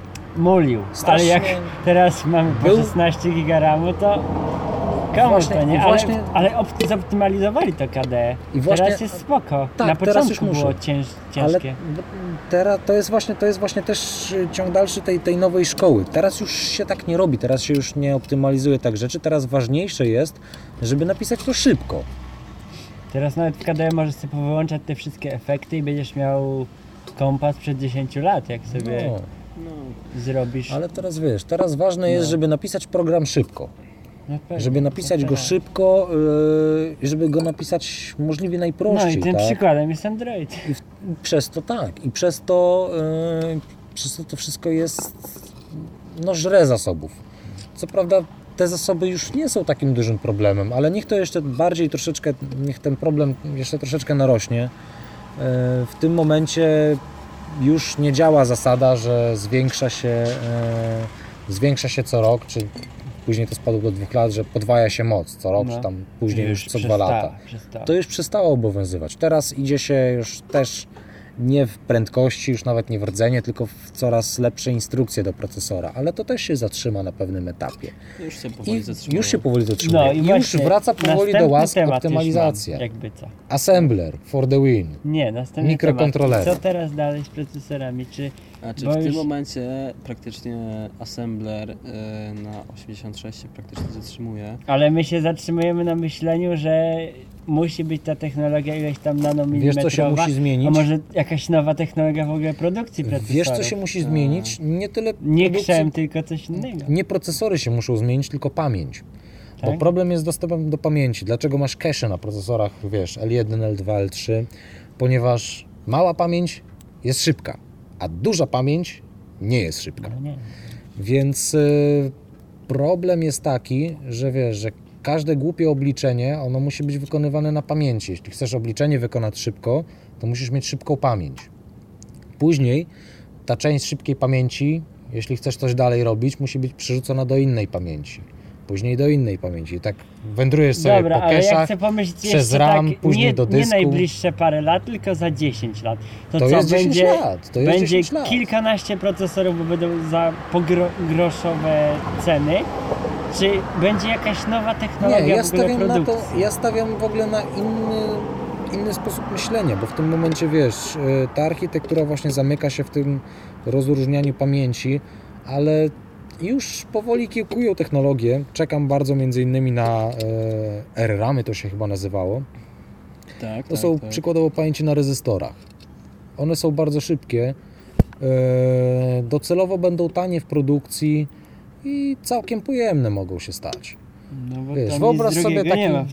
Ale jak teraz mamy po 16 GB RAMu, to komu to nie? Ale zoptymalizowali to KDE. Teraz jest spoko. Tak, na początku było ciężkie. Ale teraz to jest właśnie też ciąg dalszy tej nowej szkoły. Teraz już się tak nie robi, teraz się już nie optymalizuje tak rzeczy. Teraz ważniejsze jest, żeby napisać to szybko. Teraz nawet w KDE możesz sobie powyłączać te wszystkie efekty i będziesz miał kompas przed 10 lat, jak sobie zrobisz. Ale teraz wiesz, teraz ważne jest, żeby napisać program szybko. Żeby napisać go szybko, żeby go napisać możliwie najprościej. No i tym przykładem jest Android. I przez to i przez to to wszystko jest, żre zasobów. Co prawda te zasoby już nie są takim dużym problemem, ale niech to jeszcze bardziej niech ten problem jeszcze troszeczkę narośnie. W tym momencie już nie działa zasada, że zwiększa się co rok, czy później to spadło do 2 lat, że podwaja się moc co rok, czy tam później już co 2 lata. To już przestało obowiązywać. Teraz idzie się już też nie w prędkości, już nawet nie w rdzenie, tylko w coraz lepsze instrukcje do procesora, ale to też się zatrzyma na pewnym etapie. Już się powoli zatrzymuje. No, i już wraca powoli do łask optymalizacja. Jakby co. Assembler for the win. Nie, następny mikrokontroler. Co teraz dalej z procesorami? W tym momencie praktycznie Assembler na 86 się praktycznie zatrzymuje. Ale my się zatrzymujemy na myśleniu, że musi być ta technologia ileś tam nanomilimetrowa. Wiesz, co się musi zmienić? A może jakaś nowa technologia w ogóle produkcji procesorów? Wiesz, co się musi zmienić? Nie tyle nie krzem, tylko coś innego. Nie procesory się muszą zmienić, tylko pamięć. Bo problem jest z dostępem do pamięci. Dlaczego masz cache na procesorach, wiesz, L1, L2, L3? Ponieważ mała pamięć jest szybka, a duża pamięć nie jest szybka. No nie. Więc problem jest taki, że wiesz, że każde głupie obliczenie, ono musi być wykonywane na pamięci. Jeśli chcesz obliczenie wykonać szybko, to musisz mieć szybką pamięć. Później ta część szybkiej pamięci, jeśli chcesz coś dalej robić, musi być przerzucona do innej pamięci. Później do innej pamięci. I tak wędrujesz sobie po cache'ach, przez RAM, później do dysku. Nie najbliższe parę lat, tylko za 10 lat. To jest 10 lat. Będzie kilkanaście procesorów, bo będą za groszowe ceny. Czy będzie jakaś nowa technologia w ogóle produkcji? Ja stawiam w ogóle na inny sposób myślenia, bo w tym momencie, wiesz, ta architektura właśnie zamyka się w tym rozróżnianiu pamięci, ale już powoli kiełkują technologie. Czekam bardzo między innymi na RRAMy, to się chyba nazywało. To są przykładowo pamięci na rezystorach. One są bardzo szybkie. Docelowo będą tanie w produkcji i całkiem pojemne mogą się stać. No bo wiesz, wyobraź sobie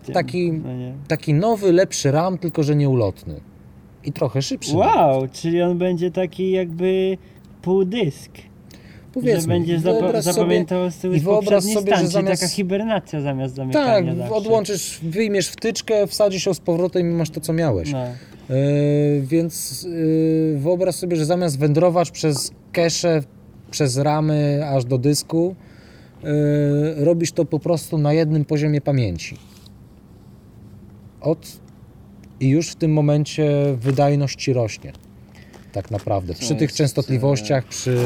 taki nowy, lepszy RAM, tylko że nieulotny. I trochę szybszy. Wow, czyli on będzie taki jakby półdysk. Powiedzmy, że będzie zapamiętał z poprzedniej stacji, taka hibernacja zamiast zamykania. Tak, odłączysz, wyjmiesz wtyczkę, wsadzisz ją z powrotem i masz to, co miałeś. No. Więc wyobraź sobie, że zamiast wędrować przez cache, przez ramy aż do dysku, robisz to po prostu na jednym poziomie pamięci. I już w tym momencie wydajność ci rośnie. Tak naprawdę. Przy tych częstotliwościach,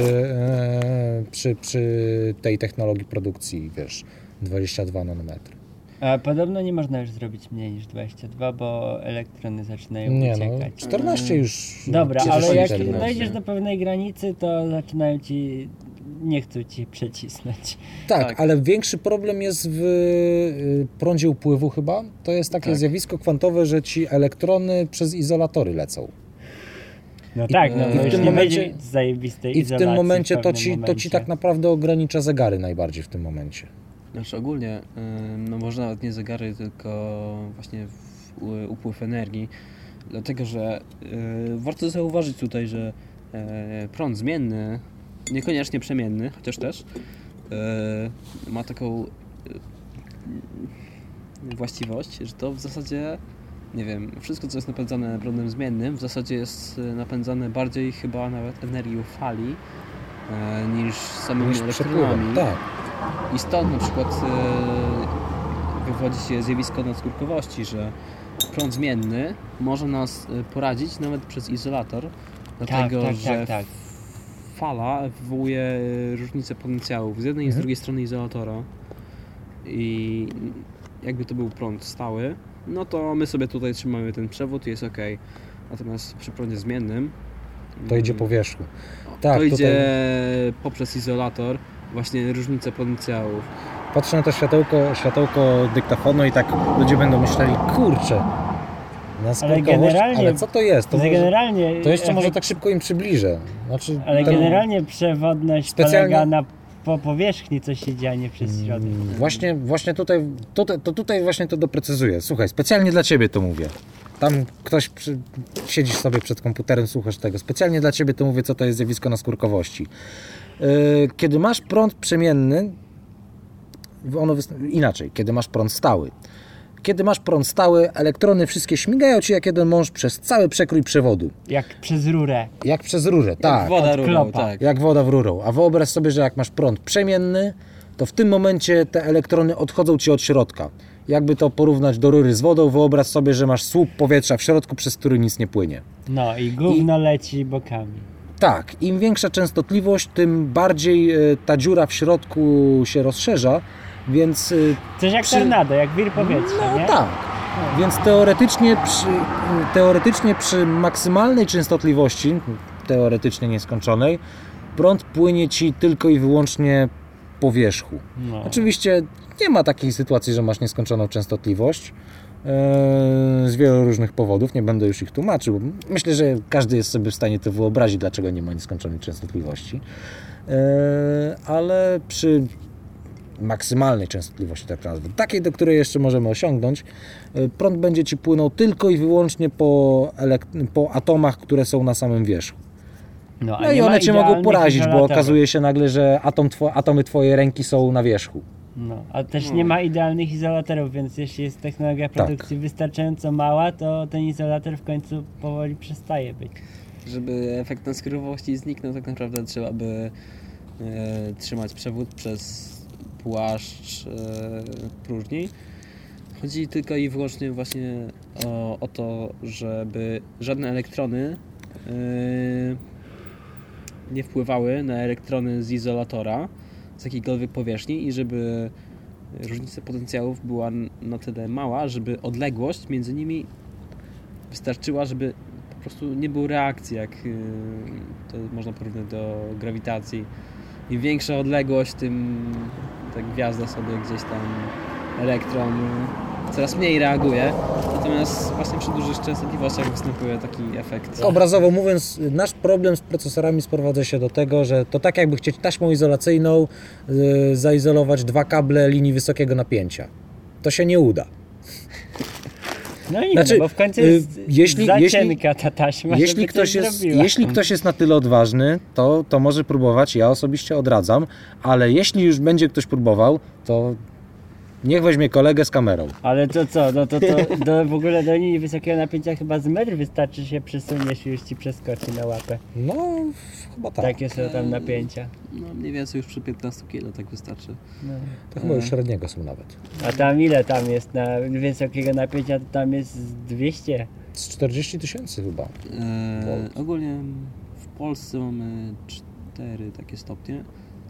przy tej technologii produkcji, wiesz, 22 nanometry. A podobno nie można już zrobić mniej niż 22, bo elektrony zaczynają uciekać. 14 już. Dobra, ale jak dojdziesz do pewnej granicy, to zaczynają nie chcą ci przecisnąć. Tak, ale większy problem jest w prądzie upływu chyba. To jest takie zjawisko kwantowe, że ci elektrony przez izolatory lecą. No i w tym momencie zajebistej i w tym momencie to ci tak naprawdę ogranicza zegary najbardziej w tym momencie. Znaczy ogólnie, może nawet nie zegary, tylko właśnie upływ energii, dlatego że warto zauważyć tutaj, że prąd zmienny, niekoniecznie przemienny, chociaż też, ma taką właściwość, że to w zasadzie, nie wiem, wszystko co jest napędzane prądem zmiennym w zasadzie jest napędzane bardziej chyba nawet energią fali niż samymi elektronami. Tak. I stąd na przykład wywodzi się zjawisko nadskórkowości, że prąd zmienny może nas poradzić nawet przez izolator, dlatego że fala wywołuje różnicę potencjałów z jednej i z drugiej strony izolatora i jakby to był prąd stały, no to my sobie tutaj trzymamy ten przewód i jest ok. Natomiast przy prądzie zmiennym to idzie po wierzchu. Tak, to idzie poprzez izolator, właśnie różnicę potencjałów. Patrzę na to światełko dyktafonu i tak ludzie będą myśleli, kurczę, Na skórkowość, ale co to jest? To jeszcze może tak szybko im przybliżę. Znaczy, ale generalnie przewodność polega na po powierzchni, co się dzieje, nie przez środek. Właśnie tutaj właśnie to doprecyzuję. Słuchaj, specjalnie dla Ciebie to mówię. Tam ktoś siedzisz sobie przed komputerem, słuchasz tego. Specjalnie dla Ciebie to mówię, co to jest zjawisko naskórkowości. Kiedy masz prąd przemienny, inaczej, kiedy masz prąd stały. Kiedy masz prąd stały, elektrony wszystkie śmigają Ci jak jeden mąż przez cały przekrój przewodu. Jak przez rurę. Jak przez rurę, tak. Jak woda rurą, tak. Jak woda w rurą. A wyobraź sobie, że jak masz prąd przemienny, to w tym momencie te elektrony odchodzą Ci od środka. Jakby to porównać do rury z wodą, wyobraź sobie, że masz słup powietrza w środku, przez który nic nie płynie. No i gówno leci bokami. Tak, im większa częstotliwość, tym bardziej ta dziura w środku się rozszerza, więc... Coś jak tornado, jak wir powietrza, nie? Tak, więc teoretycznie przy maksymalnej częstotliwości, teoretycznie nieskończonej, prąd płynie Ci tylko i wyłącznie po wierzchu. No. Oczywiście nie ma takiej sytuacji, że masz nieskończoną częstotliwość z wielu różnych powodów, nie będę już ich tłumaczył. Myślę, że każdy jest sobie w stanie to wyobrazić, dlaczego nie ma nieskończonej częstotliwości. Ale przy maksymalnej częstotliwości, tak nazwę, takiej, do której jeszcze możemy osiągnąć, prąd będzie Ci płynął tylko i wyłącznie po atomach, które są na samym wierzchu. No i one Cię mogą porazić, bo okazuje się nagle, że atomy Twojej ręki są na wierzchu. No, a też nie ma idealnych izolatorów, więc jeśli jest technologia produkcji wystarczająco mała, to ten izolator w końcu powoli przestaje być. Żeby efekt naskórkowości zniknął, tak naprawdę trzeba by trzymać przewód przez płaszcz próżni. Chodzi tylko i wyłącznie właśnie o to, żeby żadne elektrony nie wpływały na elektrony z izolatora z jakiejkolwiek powierzchni i żeby różnica potencjałów była na tyle mała, żeby odległość między nimi wystarczyła, żeby po prostu nie było reakcji, jak to można porównać do grawitacji. Im większa odległość, tym ta gwiazda sobie gdzieś tam elektron coraz mniej reaguje. Natomiast właśnie przy dużych częstotliwościach występuje taki efekt. Obrazowo mówiąc, nasz problem z procesorami sprowadza się do tego, że to tak jakby chcieć taśmą izolacyjną zaizolować 2 kable linii wysokiego napięcia. To się nie uda. No i bo w końcu jest cienka ta taśma, jeśli ktoś jest na tyle odważny, to może próbować, ja osobiście odradzam, ale jeśli już będzie ktoś próbował, to niech weźmie kolegę z kamerą. Ale to co? No to w ogóle do linii wysokiego napięcia chyba z metr wystarczy się przesuniesz i już Ci przeskoczy na łapę. No, chyba tak. Takie są tam napięcia. No mniej więcej już przy 15 kg tak wystarczy. No. To chyba już średniego są nawet. A tam ile tam jest na wysokiego napięcia? To tam jest 200? Z 40 000 chyba. Ogólnie w Polsce mamy 4 takie stopnie.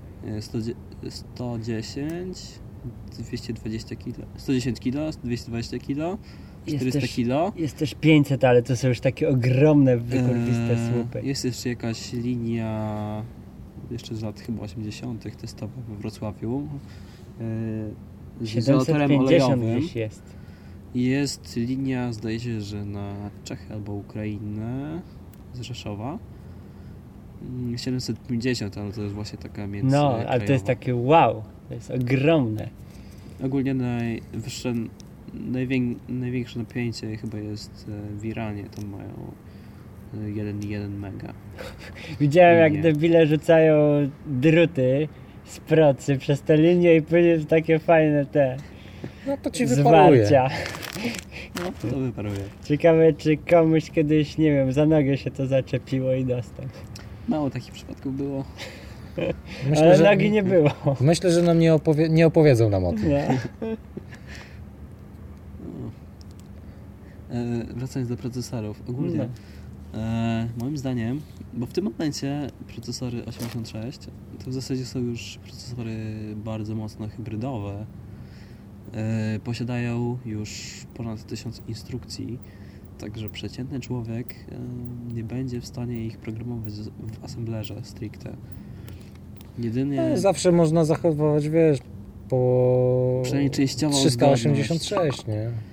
110, 220 kg, 110 kg, 220 kg, 400 kg. Jest też 500, ale to są już takie ogromne, wykurwiste słupy. Jest jeszcze jakaś linia, jeszcze z lat chyba 80. testowa we Wrocławiu, z izolatorem olejowym. Gdzieś jest. Jest linia, zdaje się, że na Czechy albo Ukrainę z Rzeszowa. 750, ale to jest właśnie taka międzykrajowa. No, ale to jest takie wow, to jest ogromne. Ogólnie największe napięcie chyba jest w Iranie, tam mają 1,1 mega. Widziałem jak debile rzucają druty z procy przez tę linię i później są takie fajne te no to ci wyparuje. Zwarcia. No to wyparuje. Ciekawe czy komuś kiedyś, nie wiem, za nogę się to zaczepiło i dostał. Mało takich przypadków było. Myślę, ale nogi nie było. Myślę, że nam nie opowiedzą nam o tym. Nie. Wracając do procesorów. Ogólnie moim zdaniem, bo w tym momencie procesory 86 to w zasadzie są już procesory bardzo mocno hybrydowe. Posiadają już ponad 1000 instrukcji. Także przeciętny człowiek nie będzie w stanie ich programować w assemblerze stricte. Jedynie... zawsze można zachowywać, wiesz, po przynajmniej częściowo 386, nie?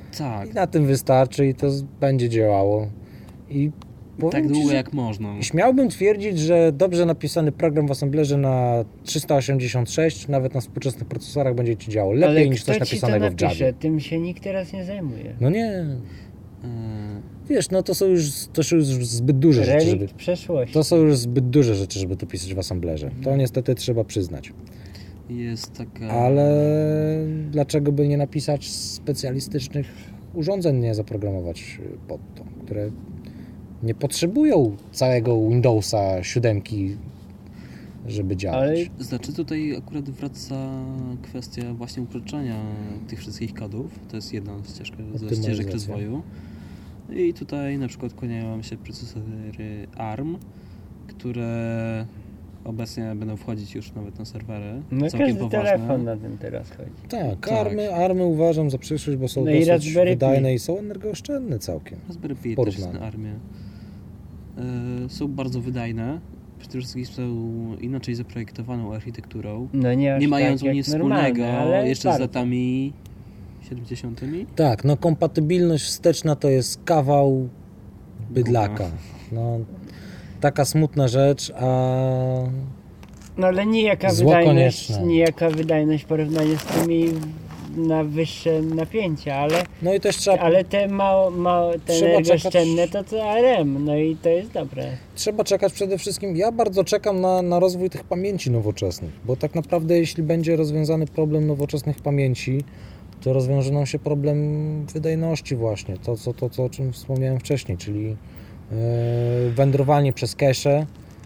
Tak. I na tym wystarczy i to będzie działało. I tak długo jak można. Śmiałbym twierdzić, że dobrze napisany program w assemblerze na 386, nawet na współczesnych procesorach będzie ci działał lepiej niż coś napisanego w Javie. Tym się nikt teraz nie zajmuje. No nie. Wiesz, no to są już zbyt duże rzeczy, przeszłości. To są już zbyt duże rzeczy, żeby to pisać w assemblerze. To niestety trzeba przyznać. Jest taka... Ale dlaczego by nie napisać specjalistycznych urządzeń, nie zaprogramować pod to, które nie potrzebują całego Windowsa 7, żeby działać. Ale... Znaczy tutaj akurat wraca kwestia właśnie uproszczenia tych wszystkich kodów. To jest jedna ze ścieżek rozwoju. I tutaj na przykład kłaniają się procesory ARM, które obecnie będą wchodzić już nawet na serwery. No każdy telefon na tym teraz chodzi. Tak. ARMy uważam za przyszłość, bo są dosyć wydajne i są energooszczędne całkiem. Raspberry Pi też jest na ARMie. Są bardzo wydajne. Przede wszystkim są inaczej zaprojektowaną architekturą. No nie mając nic wspólnego jeszcze z warto. latami 70. Tak, no kompatybilność wsteczna to jest kawał bydlaka. No, taka smutna rzecz, a no ale nijaka wydajność w porównaniu z tymi na wyższe napięcia, ale no i też trzeba, ale te te energooszczędne to ARM, no i to jest dobre. Trzeba czekać przede wszystkim, ja bardzo czekam na rozwój tych pamięci nowoczesnych, bo tak naprawdę jeśli będzie rozwiązany problem nowoczesnych pamięci, to rozwiąże nam się problem wydajności właśnie, to o czym wspomniałem wcześniej, czyli wędrowanie przez cache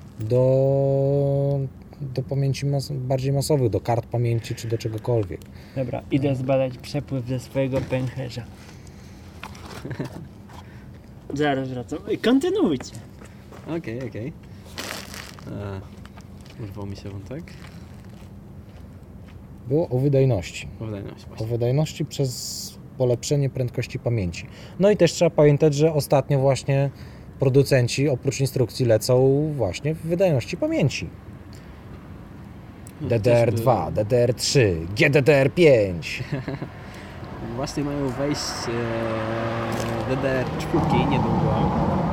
do pamięci bardziej masowych, do kart pamięci czy do czegokolwiek. Dobra, idę zbadać przepływ ze swojego pęcherza. Zaraz wracam. Kontynuujcie. Okej. Urwał mi się wątek. Było o wydajności. Właśnie. O wydajności przez polepszenie prędkości pamięci. No i też trzeba pamiętać, że ostatnio właśnie producenci oprócz instrukcji lecą właśnie w wydajności pamięci. DDR2, DDR3, GDDR5. Właśnie mają wejść DDR4 niedługo.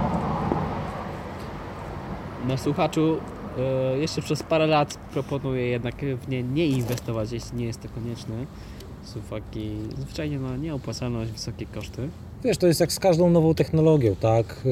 Na słuchaczu jeszcze przez parę lat proponuję jednak w nie nie inwestować, jeśli nie jest to konieczne. Z uwagi zwyczajnie na nieopłacalność, wysokie koszty. Wiesz, to jest jak z każdą nową technologią, tak?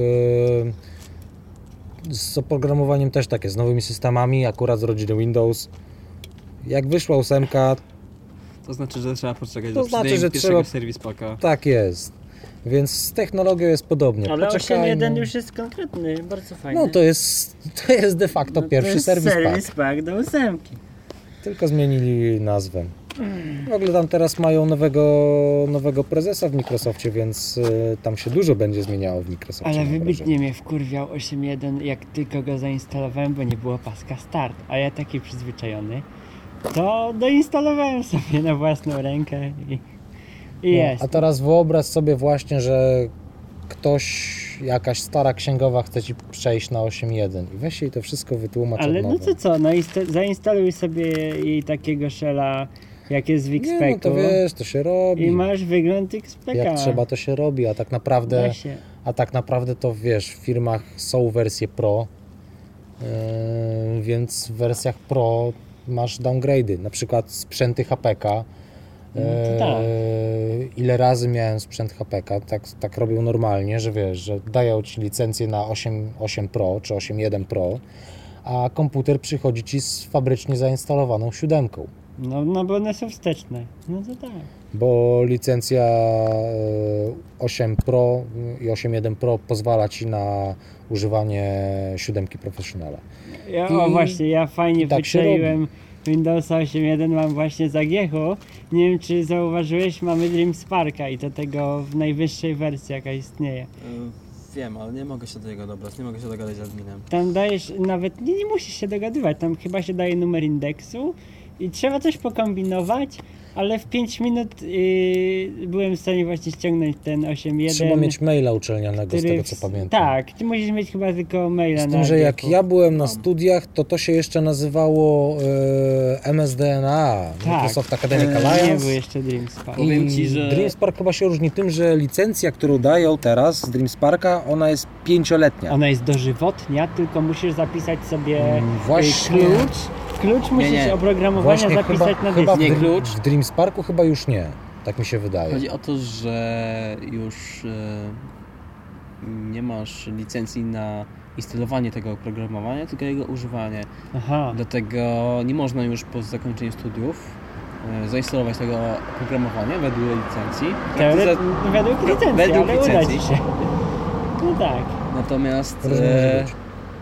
Z oprogramowaniem też tak jest, z nowymi systemami, akurat z rodziny Windows. Jak wyszła 8, to znaczy, że trzeba poczekać do pierwszego Service Packa. Tak jest. Więc z technologią jest podobnie. Ale 8.1 już jest konkretny, bardzo fajny. No to jest de facto pierwszy Service Pack do 8. Tylko zmienili nazwę. W ogóle tam teraz mają nowego prezesa w Microsoftie, więc tam się dużo będzie zmieniało w Microsoftie. Ale wybitnie mnie wkurwiał 8.1, jak tylko go zainstalowałem, bo nie było paska start. A ja taki przyzwyczajony, to doinstalowałem sobie na własną rękę i jest. A teraz wyobraź sobie właśnie, że jakaś stara księgowa chce ci przejść na 8.1 i weź jej to wszystko wytłumacz. Ale no to co, no i zainstaluj sobie jej takiego shella, jak jest w XP-ku. Nie, no to wiesz, to się robi. I masz wygląd XP-ka. Jak trzeba, to się robi, a tak naprawdę to wiesz, w firmach są wersje Pro, więc w wersjach Pro masz downgrade'y, na przykład sprzęty HPK. No tak. Ile razy miałem sprzęt HPK, tak robią normalnie, że wiesz, że dają ci licencję na 8 Pro czy 8.1 Pro, a komputer przychodzi ci z fabrycznie zainstalowaną 7. No bo one są wsteczne. No to tak. Bo licencja 8 Pro i 8.1 Pro pozwala ci na używanie 7 Professionala. Ja fajnie tak wyczaiłem Windowsa 8.1 mam właśnie za Giechu. Nie wiem, czy zauważyłeś, mamy Dream Sparka i do tego w najwyższej wersji, jaka istnieje. Wiem, ale nie mogę się do niego dobrać, nie mogę się dogadać z adminem. Tam dajesz, nawet nie musisz się dogadywać, tam chyba się daje numer indeksu i trzeba coś pokombinować, ale w 5 minut byłem w stanie właśnie ściągnąć ten 8.1. Trzeba mieć maila uczelnianego, z tego co pamiętam. Tak, ty musisz mieć chyba tylko maila. Z tym, że jak ja byłem na studiach, to się jeszcze nazywało MSDNA, Tak. Microsoft Academic Alliance. Nie był jeszcze DreamSpark. Powiem ci, że DreamSpark chyba się różni tym, że licencja, którą dają teraz z DreamSparka, ona jest 5-letnia. Ona jest dożywotnia, tylko musisz zapisać sobie Właśnie. Klucz musisz oprogramowania zapisać na chyba dysku. w DreamSparku chyba już nie. Tak mi się wydaje. chodzi o to, że już nie masz licencji na instalowanie tego oprogramowania, tylko jego używanie. Aha. Dlatego nie można już po zakończeniu studiów zainstalować tego oprogramowania według licencji. Według licencji, ale uda ci się. No tak. Natomiast może być.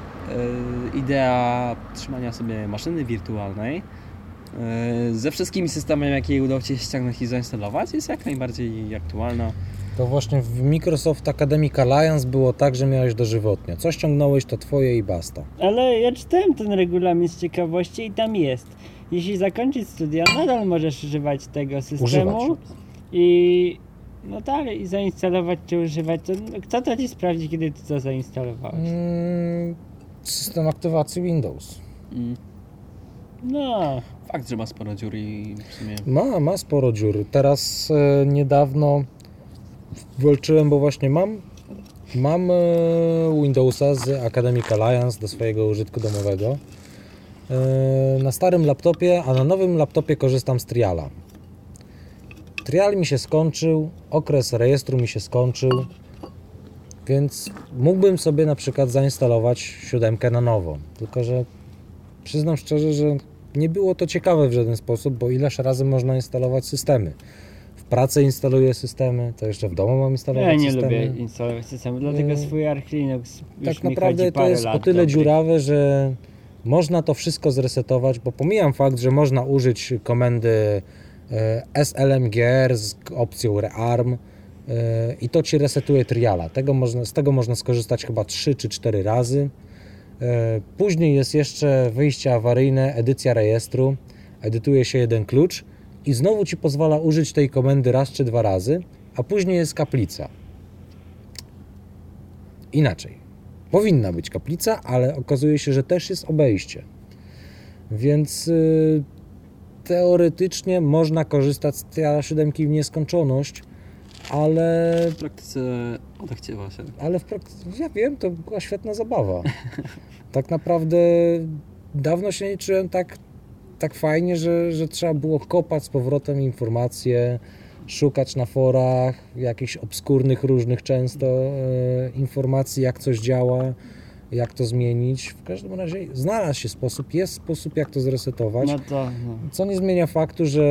idea trzymania sobie maszyny wirtualnej ze wszystkimi systemami, jakie udało Ci się ściągnąć i zainstalować, jest jak najbardziej aktualna. To właśnie w Microsoft Academic Alliance było tak, że miałeś dożywotnie. Co ściągnąłeś, to twoje i basta. Ale ja czytałem ten regulamin z ciekawości i tam jest. Jeśli zakończyć studia, nadal możesz używać tego systemu i no dalej i zainstalować czy używać. To, kto to ci sprawdzi, kiedy ty to zainstalowałeś? System aktywacji Windows. No. Fakt, że ma sporo dziur i w sumie... Ma sporo dziur. Teraz niedawno walczyłem, bo właśnie mam Windowsa z Academic Alliance do swojego użytku domowego na starym laptopie, a na nowym laptopie korzystam z Triala. Trial mi się skończył, okres rejestru mi się skończył, więc mógłbym sobie na przykład zainstalować 7 na nowo. Tylko że przyznam szczerze, że nie było to ciekawe w żaden sposób, bo ileż razy można instalować systemy. W pracy instaluję systemy, to jeszcze w domu mam instalować systemy. Ja nie lubię instalować systemu, dlatego swój Arch Linux już Tak mi naprawdę chodzi to parę jest lat o tyle dobrych. dziurawe, że można to wszystko zresetować, bo pomijam fakt, że można użyć komendy slmgr z opcją rearm i to ci resetuje triala. Z tego można skorzystać chyba 3 czy 4 razy. Później jest jeszcze wyjście awaryjne, edycja rejestru, edytuje się jeden klucz i znowu ci pozwala użyć tej komendy raz czy 2 razy, a później jest kaplica. Inaczej. Powinna być kaplica, ale okazuje się, że też jest obejście. Więc teoretycznie można korzystać z Triala 7 w nieskończoność, ale W praktyce odechciewa się. Ale w praktyce, ja wiem, to była świetna zabawa. Tak naprawdę dawno się nie czułem tak fajnie, że trzeba było kopać z powrotem informacje, szukać na forach jakichś obskurnych, różnych często informacji, jak coś działa, jak to zmienić. W każdym razie znalazł się sposób, jest sposób, jak to zresetować. Co nie zmienia faktu, że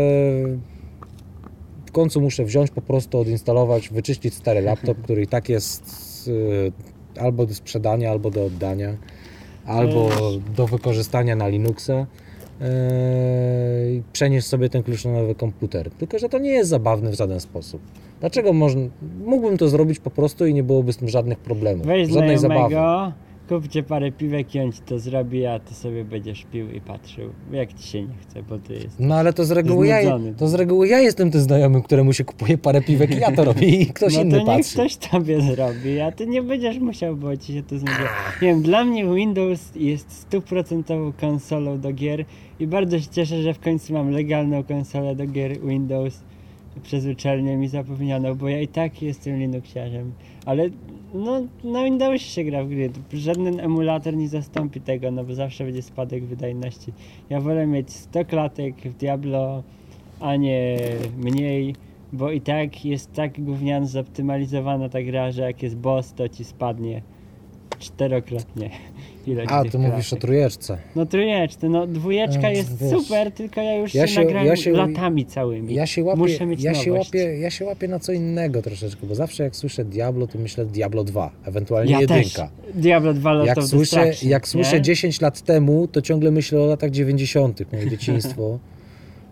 w końcu muszę wziąć, po prostu odinstalować, wyczyścić stary laptop, który i tak jest albo do sprzedania, albo do oddania, albo do wykorzystania na Linuxa. Przenieść sobie ten klucz na nowy komputer. Tylko że to nie jest zabawne w żaden sposób. Dlaczego mógłbym to zrobić po prostu i nie byłoby z tym żadnych problemów, Weź żadnej znajomego, zabawy. kupcie parę piwek i on ci to zrobi, a ty sobie będziesz pił i patrzył, jak ci się nie chce, bo ty jest. No ale to z reguły ja jestem tym znajomym, któremu się kupuje parę piwek i ja to robię i ktoś inny No to niech patrzy. ktoś tobie zrobi, a ty nie będziesz musiał, bo ci się to znajdzie. Nie wiem, dla mnie Windows jest 100% konsolą do gier i bardzo się cieszę, że w końcu mam legalną konsolę do gier Windows przez uczelnię mi zapewniono, bo ja i tak jestem Linuxiarzem, ale no na Windowsie się gra w gry, żaden emulator nie zastąpi tego, no bo zawsze będzie spadek wydajności. Ja wolę mieć 100 klatek w Diablo, a nie mniej, bo i tak jest tak gównianie zoptymalizowana ta gra, że jak jest boss, to ci spadnie 4-krotnie. A, ty mówisz o trójeczce. No trójeczce, no dwójeczka jest wiesz, super, tylko ja już się nagrałem latami całymi. Muszę mieć nowość. Ja się łapię na co innego troszeczkę, bo zawsze jak słyszę Diablo, to myślę Diablo 2, ewentualnie jedynka. Diablo 2 Lord of Destruction, jak słyszę 10 lat temu, to ciągle myślę o latach 90., moje dzieciństwo.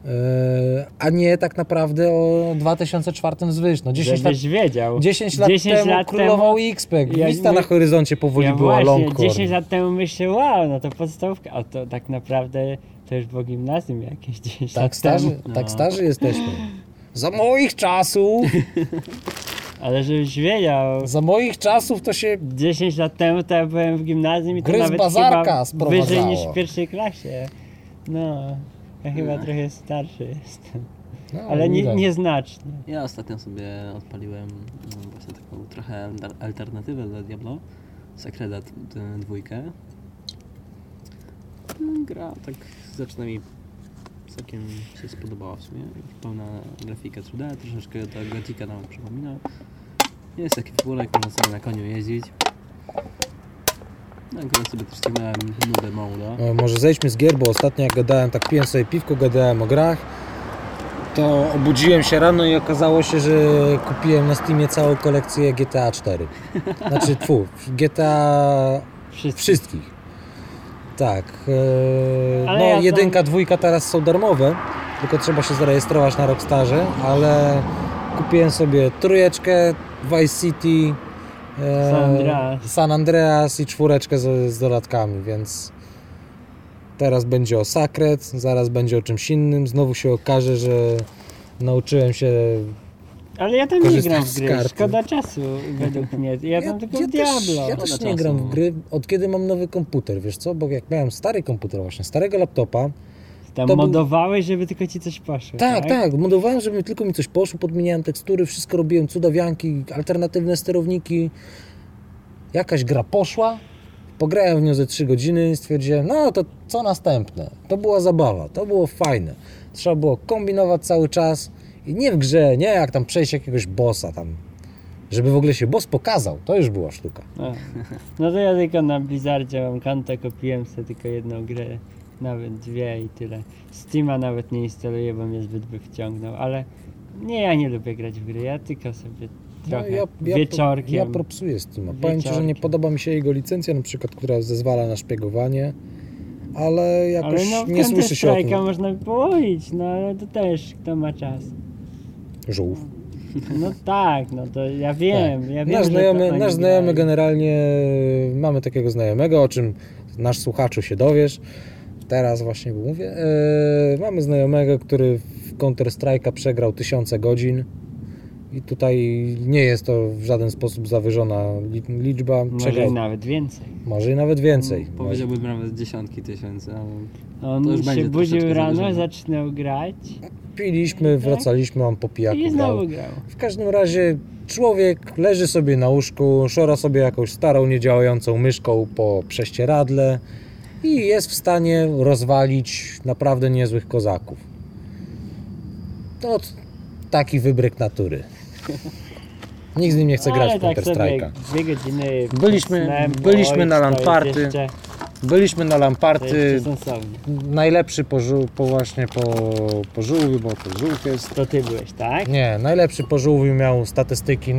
a nie tak naprawdę o 2004 zwyż. No 10 wiedział. 10 lat temu królował XPEG. Lista na horyzoncie powoli była Longhorn. 10 lat temu myślę, wow, no to podstawówka, a to tak naprawdę to już było gimnazjum jakieś 10 lat temu. Tak starzy jesteśmy. Za moich czasów! Ale żebyś wiedział. Za moich czasów to się... 10 lat temu to ja byłem w gimnazjum i to gry nawet z bazarka chyba sprowadzało. wyżej niż w pierwszej klasie. No, ja chyba trochę starszy jestem. No, ale nieznacznie. Ja ostatnio sobie odpaliłem właśnie taką trochę alternatywę dla Diablo. Secredat 2. Gra tak zaczyna mi całkiem się spodobała w sumie. Pełna grafika 3D, troszeczkę ta Gothica nam przypomina. Jest taki figurek, można sobie na koniu jeździć. No akurat sobie też ściągnąłem nudę Moda. Może zejdźmy z gier, bo ostatnio jak gadałem, tak piłem sobie piwko, gadałem o grach, to obudziłem się rano i okazało się, że kupiłem na Steamie całą kolekcję GTA 4. Znaczy, GTA wszystkich. Tak. No ja 1, 2 teraz są darmowe, tylko trzeba się zarejestrować na Rockstarze, ale kupiłem sobie 3, Vice City, San Andreas i 4 z dodatkami, więc teraz będzie o Sacred, zaraz będzie o czymś innym, znowu się okaże, że nauczyłem się. Ale ja tam nie gram w gry, szkoda czasu według mnie, ja tam tylko w Diablo. Ja też nie gram w gry, od kiedy mam nowy komputer, wiesz co, bo jak miałem stary komputer właśnie, starego laptopa, tam modowałeś, żeby tylko ci coś poszło, tak, modowałem, żeby tylko mi coś poszło, podmieniałem tekstury, wszystko robiłem, cudawianki, alternatywne sterowniki, jakaś gra poszła, pograłem w nią ze 3 godziny, stwierdziłem, no to co następne, to była zabawa, to było fajne, trzeba było kombinować cały czas i nie w grze, nie jak tam przejść jakiegoś bossa tam, żeby w ogóle się boss pokazał, to już była sztuka. No to ja tylko na Blizzardzie mam konto, kupiłem sobie tylko jedną grę, nawet 2 i tyle. Steama nawet nie instaluję, bo mnie zbyt by wciągnął, ale nie, ja nie lubię grać w gry, ja tylko sobie trochę wieczorkiem. Ja propsuję Steama. Powiem Ci, że nie podoba mi się jego licencja, na przykład, która zezwala na szpiegowanie, ale jakoś nie słyszy się o tym. Można by połowić, no ale to też kto ma czas. Żółw. No tak, no to ja wiem. Tak. Ja wiem, nasz znajomy generalnie, mamy takiego znajomego, o czym nasz słuchaczu się dowiesz. Teraz właśnie mówię. Mamy znajomego, który w Counter-Strike'a przegrał 1000 godzin i tutaj nie jest to w żaden sposób zawyżona liczba. Może i nawet więcej. Może i nawet więcej. Powiedziałbym nawet dziesiątki tysięcy. On się budził rano, zaczynał grać. Piliśmy, wracaliśmy, on po pijaku i znowu grał. W każdym razie człowiek leży sobie na łóżku, szora sobie jakąś starą, niedziałającą myszką po prześcieradle i jest w stanie rozwalić naprawdę niezłych kozaków. To taki wybryk natury. Nikt z nim nie chce grać w Counter-Strike'a. 2 godziny byliśmy na LAN-party. Byliśmy na LAN-party. Najlepszy po żółwiu, bo to żółw jest. To ty byłeś, tak? Nie, najlepszy po żółwiu miał statystyki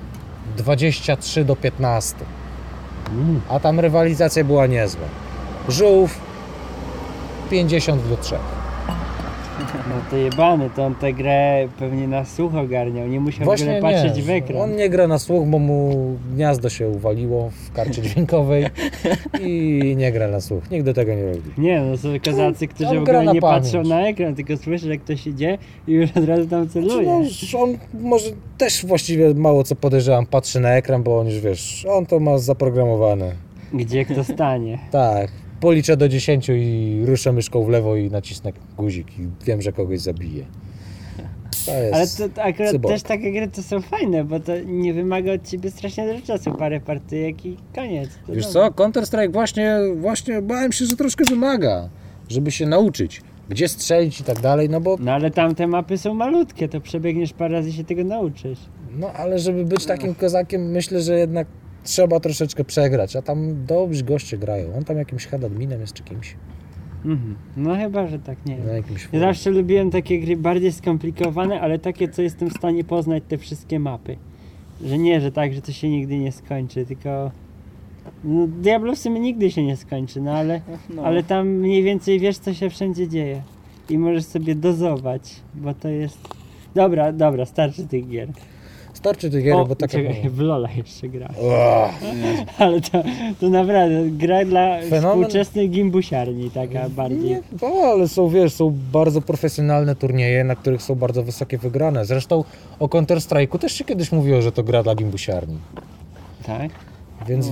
23-15. A tam rywalizacja była niezła. Żółw 50-3. No to jebany, to on tę grę pewnie na słuch ogarniał, nie musiał w ogóle patrzeć w ekran. On nie gra na słuch, bo mu gniazdo się uwaliło w karcie dźwiękowej i nie gra na słuch. Nikt do tego nie robi. Nie, no są kozacy, którzy w ogóle nie patrzą na ekran, tylko słyszy, że ktoś idzie i już od razu tam celuje. On może też właściwie mało co podejrzewam patrzy na ekran, bo on już wiesz, on to ma zaprogramowane. Gdzie kto stanie. Tak. Policzę do 10 i ruszę myszką w lewo i nacisnę guzik i wiem, że kogoś zabiję. Ale to akurat cyborg. Też takie gry to są fajne, bo to nie wymaga od ciebie strasznie dużo czasu, parę partyjek i koniec. Wiesz co, Counter-Strike właśnie bałem się, że troszkę wymaga, żeby się nauczyć, gdzie strzelić i tak dalej, no bo... No ale tamte mapy są malutkie, to przebiegniesz parę razy i się tego nauczysz. No ale żeby być takim kozakiem, myślę, że jednak trzeba troszeczkę przegrać, a tam dobrzy goście grają. On tam jakimś head-adminem jest czy kimś. No chyba, że tak, nie wiem. Ja zawsze lubiłem takie gry bardziej skomplikowane, ale takie, co jestem w stanie poznać te wszystkie mapy. Że nie, że tak, że to się nigdy nie skończy, tylko... No, Diablo w sumie nigdy się nie skończy, ale tam mniej więcej wiesz, co się wszędzie dzieje. i możesz sobie dozować, bo to jest... Dobra, starczy tych gier. Starczy tych gier, bo tak... Czekaj, w Lola jeszcze gra. Ale to naprawdę gra dla współczesnej gimbusiarni, taka bardziej. Nie, ale są bardzo profesjonalne turnieje, na których są bardzo wysokie wygrane. Zresztą o Counter-Strike'u też się kiedyś mówiło, że to gra dla gimbusiarni. Tak? Więc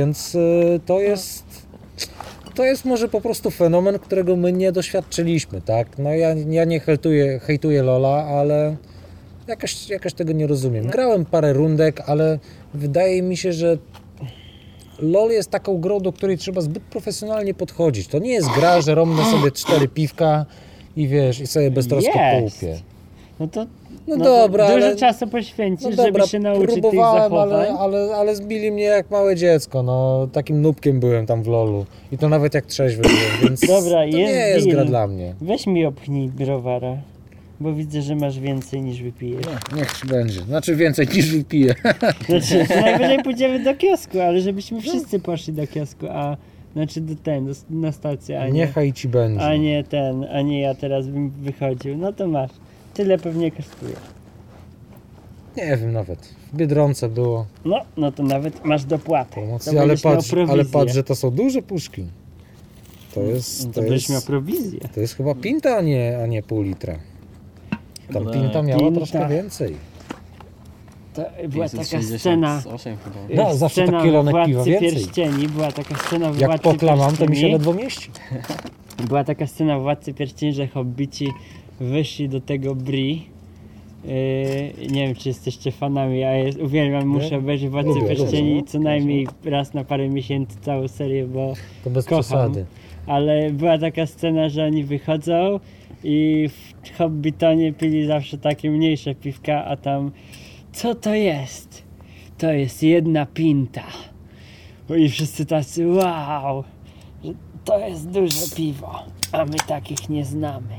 to jest może po prostu fenomen, którego my nie doświadczyliśmy, tak? No ja nie hejtuję Lola, ale jakoś tego nie rozumiem. Grałem parę rundek, ale wydaje mi się, że LoL jest taką grą, do której trzeba zbyt profesjonalnie podchodzić. To nie jest gra, że romnę sobie 4 piwka i wiesz, i sobie beztrosko połupię. No dobra, to dużo ale... czasu poświęcisz, żeby się nauczyć tych zachowań. Ale zbili mnie jak małe dziecko, no takim nubkiem byłem tam w LoLu i to nawet jak trzeźwy byłem, więc dobra, to nie jest gra dla mnie. Weź mi opchnij browara, bo widzę, że masz więcej niż wypijesz. No, niech ci będzie, znaczy więcej niż wypiję. Znaczy, najwyżej pójdziemy do kiosku, ale żebyśmy wszyscy poszli do kiosku, na stację, Niechaj ci będzie. A nie ja teraz bym wychodził, no to masz. Tyle pewnie kosztuje. Nie wiem nawet. W Biedronce było. No to nawet masz dopłatę. Promocja, ale patrz, że to są duże puszki. To będziesz miał prowizję. To jest chyba pinta, a nie pół litra. Ta pinta miała troszkę więcej. To była taka scena. No, zawsze taki kilonek piwa więcej. Pierścieni, była taka scena w Władcy Jak poklamam, to mi się ledwo mieści. Była taka scena w Władcy Pierścieni, że hobbici wyszli do tego Bri. Nie wiem, czy jesteście fanami, ja uwielbiam, muszę obejrzeć Władcy Pierścieni i co najmniej raz na parę miesięcy całą serię, bo to bez kocham. przesady. Ale była taka scena, że oni wychodzą i w Hobbitonie pili zawsze takie mniejsze piwka, a tam co to jest? To jest jedna pinta. I wszyscy tacy wow, że to jest duże piwo, a my takich nie znamy.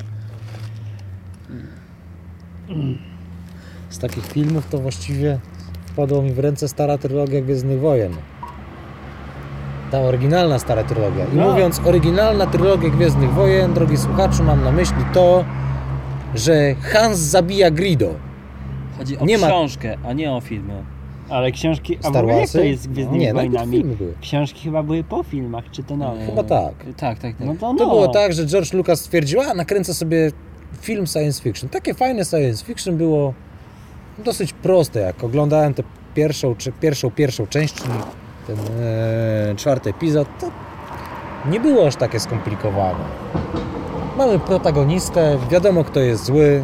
Z takich filmów to właściwie wpadła mi w ręce stara trylogia Gwiezdnych Wojen. Ta oryginalna stara trylogia. I mówiąc oryginalna trylogia Gwiezdnych Wojen, drogi słuchaczu, mam na myśli to, że Hans zabija Greedo. Chodzi o książkę, a nie o filmy. Ale książki... A w ogóle jak to jest z Gwiezdnymi Wojnami? Filmy były. Książki chyba były po filmach, czy to nowe? Chyba tak. Tak. No to było tak, że George Lucas stwierdził, nakręcę sobie film science fiction. Takie fajne science fiction było dosyć proste. Jak oglądałem tę pierwszą część, czyli ten 4. epizod, to nie było aż takie skomplikowane. Mamy protagonistę, wiadomo kto jest zły.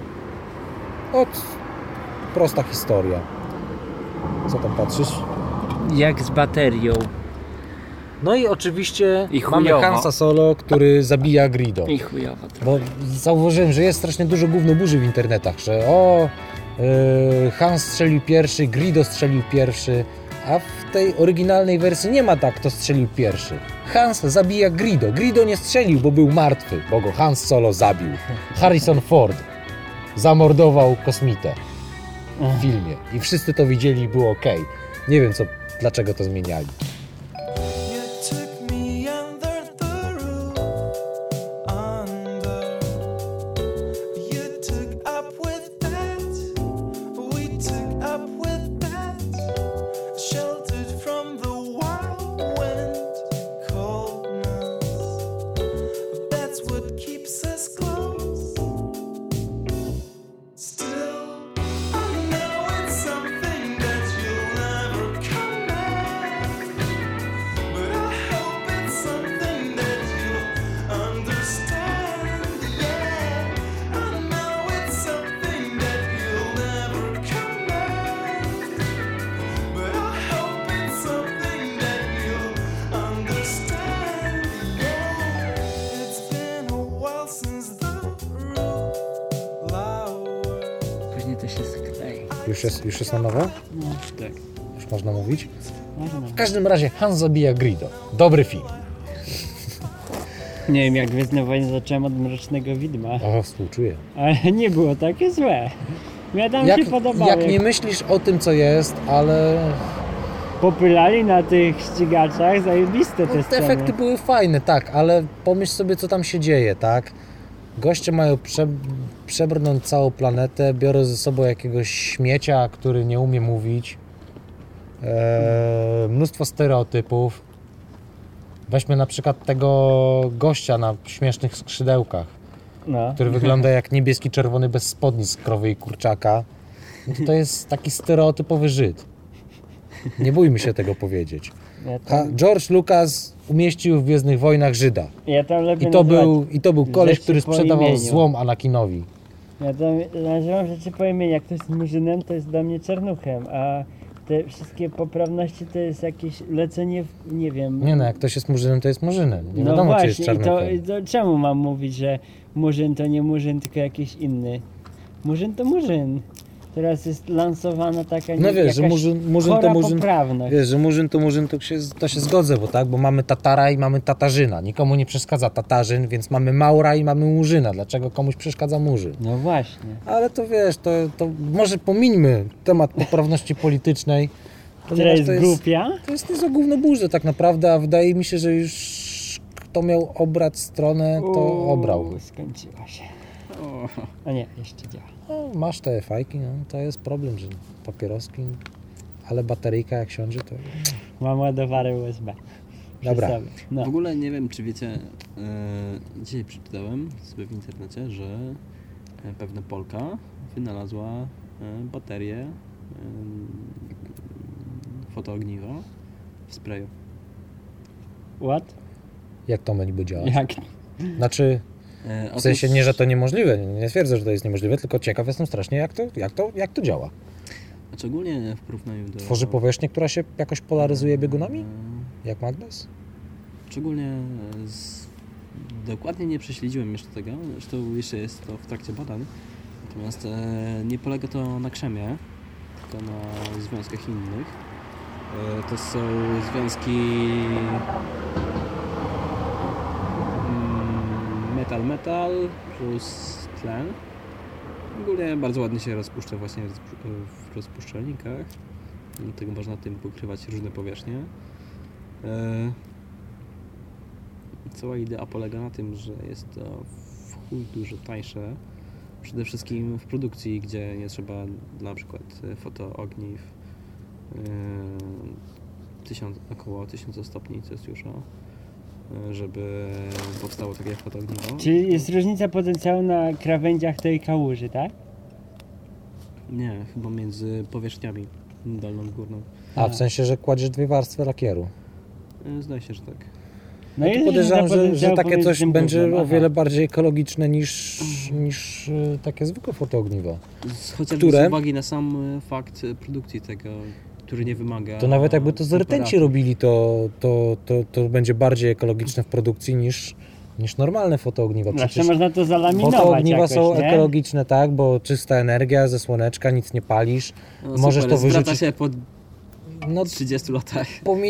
Prosta historia. Co tam patrzysz? Jak z baterią. No i oczywiście mamy Hansa Solo, który zabija Greedo. I chujowo trochę. Bo zauważyłem, że jest strasznie dużo gównoburzy w internetach, że Hans strzelił pierwszy, Greedo strzelił pierwszy, a w tej oryginalnej wersji nie ma tak, kto strzelił pierwszy. Hans zabija Greedo. Greedo nie strzelił, bo był martwy, bo go Hans Solo zabił. Harrison Ford zamordował kosmitę w filmie i wszyscy to widzieli i było okej. Nie wiem dlaczego to zmieniali. Już jest na nowo? No, tak. Już można mówić? W każdym razie Hans zabija Greedo. Dobry film. Nie wiem, jak Gwiezdne Wojny zacząłem od Mrocznego Widma. Współczuję. Ale nie było takie złe. Mnie tam się podobało. Jak nie myślisz o tym, co jest, ale... Popylali na tych ścigaczach, zajebiste te sceny. Te efekty były fajne, tak, ale pomyśl sobie, co tam się dzieje, tak? Goście mają przebrnąć całą planetę, biorą ze sobą jakiegoś śmiecia, który nie umie mówić. Mnóstwo stereotypów. Weźmy na przykład tego gościa na śmiesznych skrzydełkach, który wygląda jak niebieski czerwony bez spodni z krowy i kurczaka. No to jest taki stereotypowy Żyd. Nie bójmy się tego powiedzieć. A George Lucas umieścił w Gwiezdnych Wojnach Żyda. I to był koleś, który sprzedawał złom Anakinowi. Ja tam nazywam rzeczy po imieniu. Jak to jest Murzynem, to jest dla mnie czarnuchem, a te wszystkie poprawności to jest jakieś lecenie w, nie wiem... Nie no, jak ktoś jest Murzynem, to jest Murzynem. Nie wiadomo, właśnie, czy jest czarnuchem. To czemu mam mówić, że Murzyn to nie Murzyn, tylko jakiś inny? Murzyn to Murzyn. Teraz jest lansowana taka no wiesz, że Murzyn to Murzyn. Poprawność. Wiesz, że Murzyn to się zgodzę, bo mamy Tatara i mamy Tatarzyna. Nikomu nie przeszkadza Tatarzyn, więc mamy Maura i mamy Murzyna. Dlaczego komuś przeszkadza Murzyn? No właśnie. Ale to wiesz, to może pomińmy temat poprawności politycznej. Która jest głupia? To jest za gównoburze tak naprawdę, a wydaje mi się, że już kto miał obrać stronę, to obrał. Skończyła się. A nie, jeszcze działa. No, masz te fajki, no, to jest problem, że papieroski, ale bateryjka jak siądzie, to... Mam ładowarę USB. Dobra. No. W ogóle nie wiem, czy wiecie, dzisiaj przeczytałem sobie w internecie, że pewna Polka wynalazła baterię fotoogniwa w sprayu. What? Jak to będzie działać? Jak? Znaczy... W sensie nie, że to niemożliwe, nie twierdzę, że to jest niemożliwe, tylko ciekaw jestem strasznie, jak to działa. Znaczy ogólnie w porównaniu do... Tworzy powierzchnię, która się jakoś polaryzuje biegunami? Jak magnes? Szczególnie dokładnie nie prześledziłem jeszcze tego, zresztą jeszcze jest to w trakcie badań, natomiast nie polega to na krzemie, tylko na związkach innych. To są związki metal plus tlen. Ogólnie bardzo ładnie się rozpuszcza właśnie w rozpuszczalnikach. Dlatego można tym pokrywać różne powierzchnie. Cała idea polega na tym, że jest to w chuj dużo tańsze. Przede wszystkim w produkcji, gdzie nie trzeba na przykład fotoogniw około 1000 stopni Celsjusza, żeby powstało takie fotoogniwo. Czyli jest różnica potencjału na krawędziach tej kałuży, tak? Nie, chyba między powierzchniami dolną i górną. A w sensie, że kładziesz 2 warstwy lakieru? Zdaje się, że tak. No to podejrzewam, że takie coś będzie o wiele bardziej ekologiczne niż takie zwykłe fotoogniwa. Chociażby z uwagi na sam fakt produkcji tego, który nie wymaga... To nawet jakby to z rtęci robili, to będzie bardziej ekologiczne w produkcji niż normalne fotoogniwa. Przecież można to zalaminować fotoogniwa jakoś, są nie? ekologiczne, tak, bo czysta energia ze słoneczka, nic nie palisz. No, możesz super, to wyrzucić. Zwraca się po 30 latach.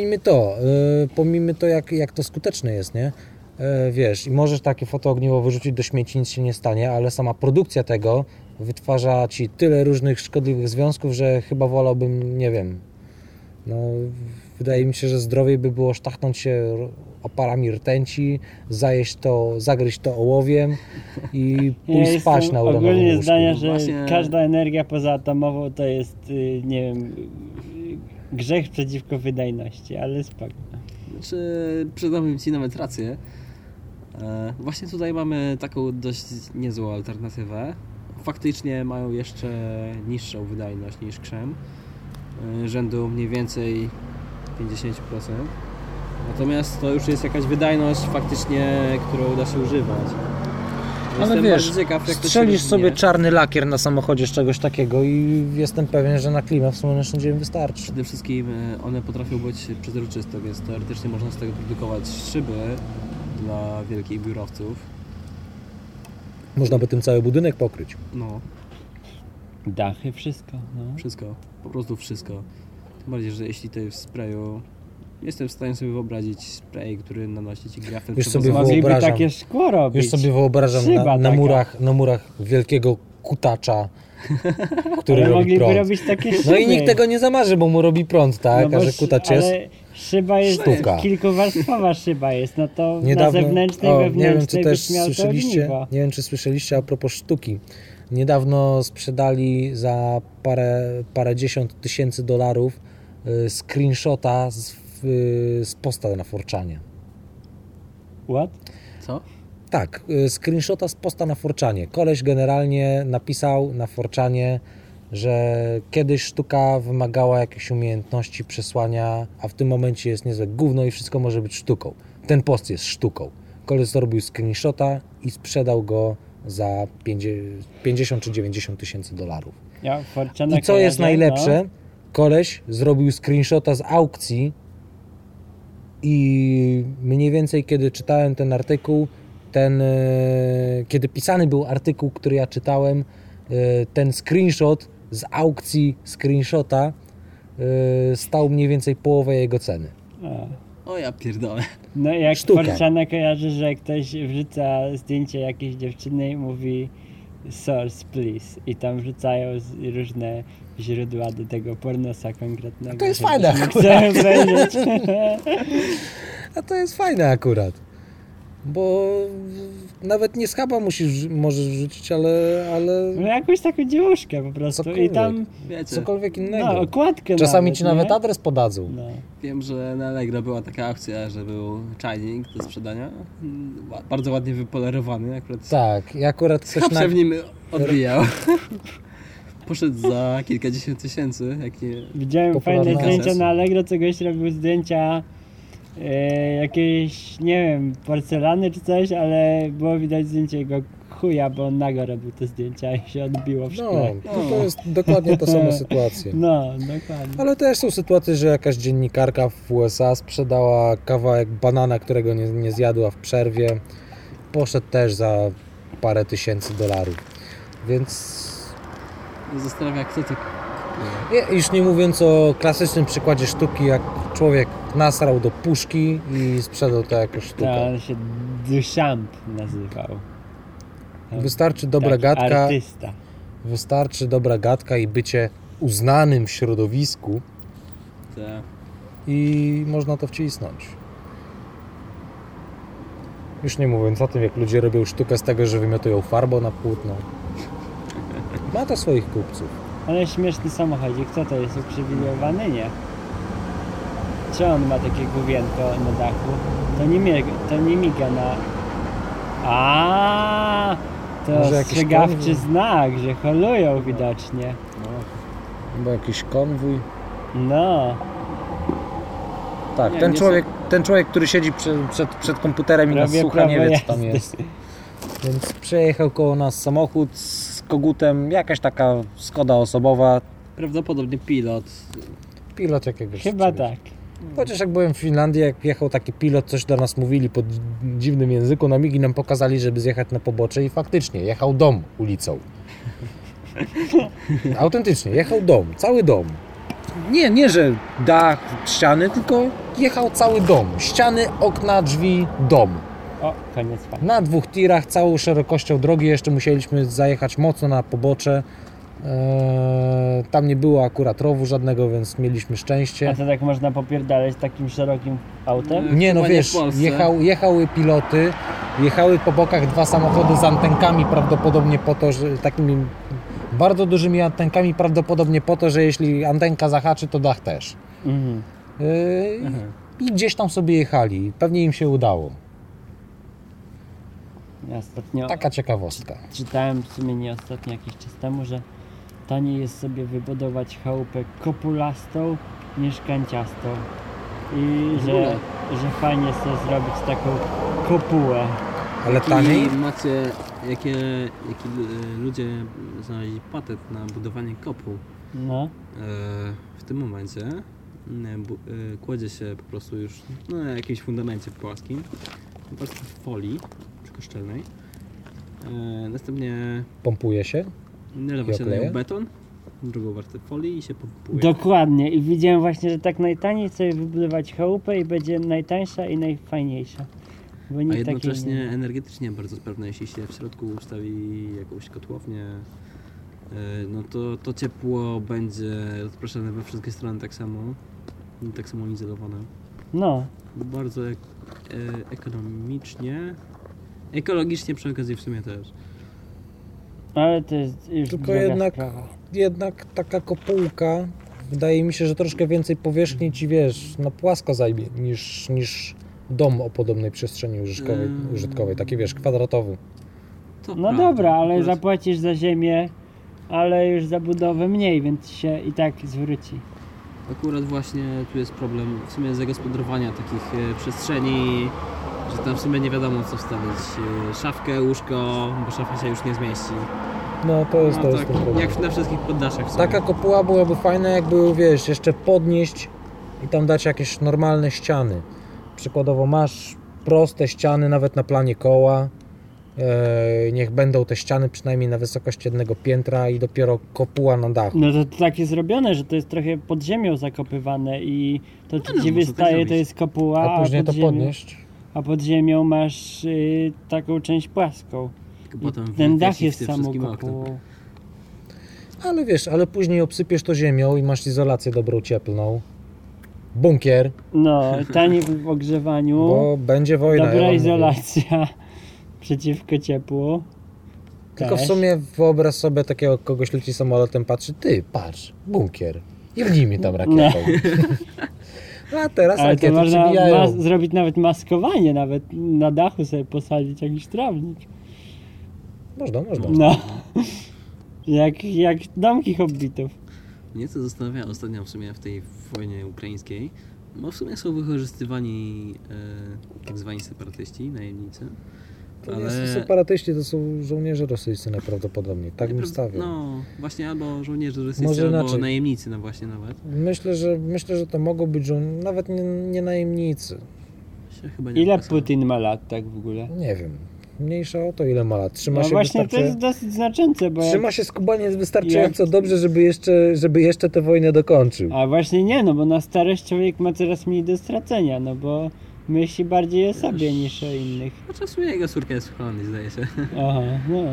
Pomijmy to jak to skuteczne jest, nie? Wiesz, i możesz takie fotoogniwo wyrzucić do śmieci, nic się nie stanie, ale sama produkcja tego wytwarza ci tyle różnych szkodliwych związków, że chyba wolałbym, nie wiem, no wydaje mi się, że zdrowiej by było sztachnąć się oparami rtęci, zagryźć to ołowiem i pójść spać na uranowym ogólnie łóżku. zdania, że Właśnie... każda energia pozaatomową to jest, nie wiem, grzech przeciwko wydajności, ale spoko. Znaczy, przydałbym Ci nawet rację. Właśnie tutaj mamy taką dość niezłą alternatywę. Faktycznie mają jeszcze niższą wydajność niż krzem, rzędu mniej więcej 50%. Natomiast to już jest jakaś wydajność faktycznie, którą da się używać. Ale wiesz, strzelisz sobie czarny lakier na samochodzie z czegoś takiego i jestem pewien, że na klimę w słoneczny dzień wystarczy. Przede wszystkim one potrafią być przezroczyste, więc teoretycznie można z tego produkować szyby dla wielkich biurowców. Można by tym cały budynek pokryć. No. Dachy, wszystko. No. Wszystko, po prostu wszystko. Tym bardziej, że jeśli to jest w sprayu, jestem w stanie sobie wyobrazić spray, który nanosi Ci grafen. Już sobie Mogliby takie szkło robić. Już sobie wyobrażam na murach wielkiego kutacza, który ale robi prąd. robić takie szyby. No i nikt tego nie zamarzy, bo mu robi prąd, tak? No a że kutacz jest... Ale szyba jest, sztuka. Kilkuwarstwowa szyba jest, no to Niedawno, na zewnętrznej, wewnętrznej byś miał to ogniwo. Nie wiem, czy słyszeliście a propos sztuki. Niedawno sprzedali za parędziesiąt tysięcy dolarów screenshota z posta na 4chanie. What? Co? Tak, screenshota z posta na 4chanie. Koleś generalnie napisał na 4chanie, że kiedyś sztuka wymagała jakiejś umiejętności przesłania, a w tym momencie jest niezłe gówno i wszystko może być sztuką. Ten post jest sztuką. Koleś zrobił screenshota i sprzedał go za 50 czy 90 tysięcy dolarów. I co jest najlepsze, koleś zrobił screenshota z aukcji i mniej więcej kiedy czytałem ten artykuł, kiedy pisany był artykuł, który ja czytałem, ten screenshot z aukcji screenshota stał mniej więcej połowę jego ceny. O ja pierdolę. No jak Sztuka. Forczana kojarzy, że ktoś wrzuca zdjęcie jakiejś dziewczyny i mówi source please i tam wrzucają różne źródła do tego pornosa konkretnego. To jest fajne Chcę obejrzeć. A to jest fajne akurat. Bo nawet nie schaba możesz wrzucić, ale No jakąś taką dziewuszkę po prostu cokolwiek. i tam Wiecie, cokolwiek innego. no, okładkę Czasami ci nawet nie? adres podadzą. No. wiem, że na Allegro była taka akcja, że był czajnik do sprzedania. Bardzo ładnie wypolerowany. Akurat Tak, i akurat ktoś Kapsze w nim odbijał. Poszedł za kilkadziesiąt tysięcy. Widziałem Popularna fajne zdjęcia sesja. na Allegro, co goś robił zdjęcia jakiejś, nie wiem, porcelany czy coś, ale było widać zdjęcie jego chuja, bo on nago robił te zdjęcia i się odbiło w No, szkle. to jest dokładnie ta sama sytuacja. No, dokładnie. Ale też są sytuacje, że jakaś dziennikarka w USA sprzedała kawałek banana, którego nie zjadła w przerwie. Poszedł też za parę tysięcy dolarów. Więc Zastanawia, kto to... już nie mówiąc o klasycznym przykładzie sztuki, jak człowiek nasrał do puszki i sprzedał to jako To sztukę. on się Duchamp nazywał. Wystarczy dobra Taki gadka, artysta. wystarczy dobra gadka i bycie uznanym w środowisku i można to wcisnąć. Już nie mówiąc o tym, jak ludzie robią sztukę z tego, że wymiotują farbą na płótno. Ma to swoich kupców. Ale śmieszny samochodzik, co to jest, uprzywilejowany? Nie. Czy on ma takie główienko na dachu? To nie miga na... To Może jakiś ostrzegawczy konwój? znak, że holują widocznie. Albo jakiś konwój. No. Tak, Nie, ten człowiek, który siedzi przed komputerem i nas Prawie słucha, nie prawo wie, co tam jazdy. jest. Więc przejechał koło nas samochód z kogutem, jakaś taka Skoda osobowa, Prawdopodobnie pilot. pilot jakiegoś Chyba czegoś. tak. Chociaż jak byłem w Finlandii, jak jechał taki pilot, coś do nas mówili po dziwnym języku, na migi nam pokazali, żeby zjechać na pobocze i faktycznie jechał dom ulicą. Autentycznie, jechał dom, cały dom. Nie, że dach, ściany, tylko jechał cały dom. Ściany, okna, drzwi, dom. O, koniec faktu. Na 2 tirach, całą szerokością drogi, jeszcze musieliśmy zajechać mocno na pobocze. Tam nie było akurat rowu żadnego, więc mieliśmy A szczęście. to tak można popierdalać takim szerokim autem? Nie, no Chyba wiesz, w Polsce. jechały piloty, jechały po bokach 2 samochody z antenkami prawdopodobnie po to, że takimi bardzo dużymi antenkami prawdopodobnie po to, że jeśli antenka zahaczy, to dach też. Mhm. I gdzieś tam sobie jechali. Pewnie im się udało. Ja ostatnio Taka ciekawostka. czytałem, w sumie nie ostatnio, jakiś czas temu, że taniej jest sobie wybudować chałupę kopulastą niż kanciastą. I że fajnie jest sobie zrobić taką kopułę. Ale taniej? I macie, jaki ludzie znaleźli patent na budowanie kopuł. No. W tym momencie kładzie się po prostu już na jakimś fundamencie płaskim, po prostu w folii przikoszczelnej. Następnie Pompuje się? nalewa I się na okleja? nią beton, drugą warstwę folii i się pompuje. Dokładnie. I widziałem właśnie, że tak najtaniej sobie wybudować chałupę i będzie najtańsza i najfajniejsza. Bo A nikt takiej jednocześnie nie ma. energetycznie bardzo sprawne, jeśli się w środku ustawi jakąś kotłownię no to ciepło będzie rozproszone we wszystkie strony tak samo izolowane. No. Bardzo ekonomicznie, ekologicznie przy okazji w sumie też. Ale to jest już Tylko jednak taka kopułka, wydaje mi się, że troszkę więcej powierzchni ci, wiesz, na płasko zajmie niż dom o podobnej przestrzeni użytkowej, taki, wiesz, kwadratowy. No prawda, dobra, ale akurat zapłacisz za ziemię, ale już za budowę mniej, więc się i tak zwróci. Akurat właśnie tu jest problem w sumie zagospodarowania takich przestrzeni, że tam w sumie nie wiadomo co wstawić. Szafkę, łóżko, bo szafa się już nie zmieści. No to jest tak, ten problem. Jak na wszystkich poddaszach. Taka kopuła byłaby fajna, jakby, wiesz, jeszcze podnieść i tam dać jakieś normalne ściany. Przykładowo masz proste ściany nawet na planie koła. Niech będą te ściany przynajmniej na wysokości jednego piętra i dopiero kopuła na dachu. No to tak jest zrobione, że to jest trochę pod ziemią zakopywane i to co ci wystaje to jest kopuła, a później to podnieść. A pod ziemią masz taką część płaską. Potem ten dach jest samą kopułą. Ale wiesz, ale później obsypiesz to ziemią i masz izolację dobrą cieplną. Bunkier. No, tani w ogrzewaniu. Bo będzie wojna. Dobra izolacja przeciwko ciepłu. Tylko w sumie wyobraź sobie takiego kogoś leci samolotem, patrzy, ty, patrz, bunkier. I wnijmy tam rakietą. No. A teraz ale rakiety to można przybijają. zrobić nawet maskowanie, nawet na dachu sobie posadzić jakiś trawnik. Można. No. Jak domki hobbitów. Mnie to zastanawia ostatnio w sumie w tej wojnie ukraińskiej, bo w sumie są wykorzystywani tak zwani separatyści, najemnicy. To nie są separatyści, to są żołnierze rosyjscy najprawdopodobniej, tak bym stawiał. No, właśnie albo żołnierze rosyjscy, albo inaczej. Najemnicy, no właśnie nawet. Myślę, że to mogą być nawet nie najemnicy. Ile Putin ma lat tak w ogóle? Nie wiem. Mniejsza o to, ile ma lat. Trzyma się właśnie to jest dosyć znaczące, bo trzyma się skubaniec wystarczająco dobrze, żeby jeszcze tę wojnę dokończył. A właśnie nie, no bo na starość człowiek ma coraz mniej do stracenia, no bo myśli bardziej o sobie niż o innych. Znaczy w sumie jego córka jest w Holandii, zdaje się. Aha, no.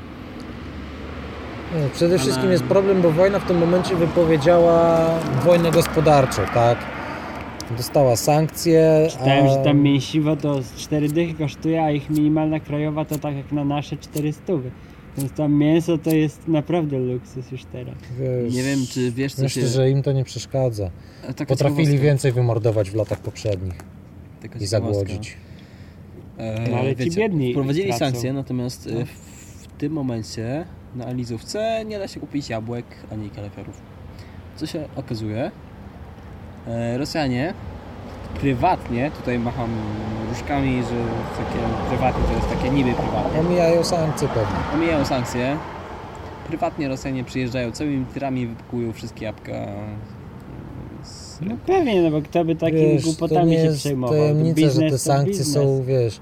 Przede wszystkim jest problem, bo wojna w tym momencie wypowiedziała wojnę gospodarczą, tak? Dostała sankcje. Czytałem, że tam mięsiwo to z 4 dychy kosztuje, a ich minimalna krajowa to tak jak na nasze 400. Więc tam mięso to jest naprawdę luksus już teraz. Wiesz, nie wiem, czy wiesz, co myślę, że im to nie przeszkadza. Potrafili więcej wymordować w latach poprzednich i zagłodzić. No ale ci biedni wprowadzili sankcje, natomiast w tym momencie na Alizówce nie da się kupić jabłek ani kalafiorów. Co się okazuje? Rosjanie prywatnie, tutaj macham różkami, że takie prywatnie, to jest takie niby prywatnie. Omijają sankcje pewnie. Omijają sankcje. Prywatnie Rosjanie przyjeżdżają całymi tirami i wypakują wszystkie jabłka. No pewnie, no bo kto by takimi głupotami się przejmował. To jest tajemnica, że te sankcje są, wiesz,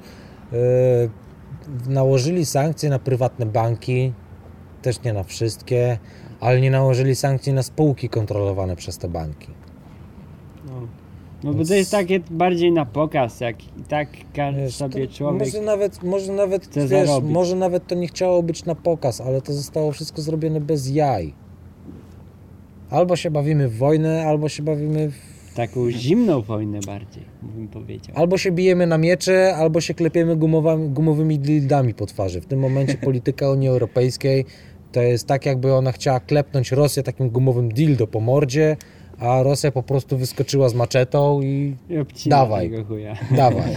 nałożyli sankcje na prywatne banki, też nie na wszystkie, ale nie nałożyli sankcji na spółki kontrolowane przez te banki. No bo to jest takie bardziej na pokaz, jak i tak każdy sobie człowiek może nawet to nie chciało być na pokaz, ale to zostało wszystko zrobione bez jaj. Albo się bawimy w wojnę, albo się bawimy w... Taką zimną wojnę bardziej, bym powiedział. Albo się bijemy na miecze, albo się klepiemy gumowymi dildami po twarzy. W tym momencie polityka Unii Europejskiej to jest tak, jakby ona chciała klepnąć Rosję takim gumowym dildo po mordzie, a Rosja po prostu wyskoczyła z maczetą i dawaj, dawaj.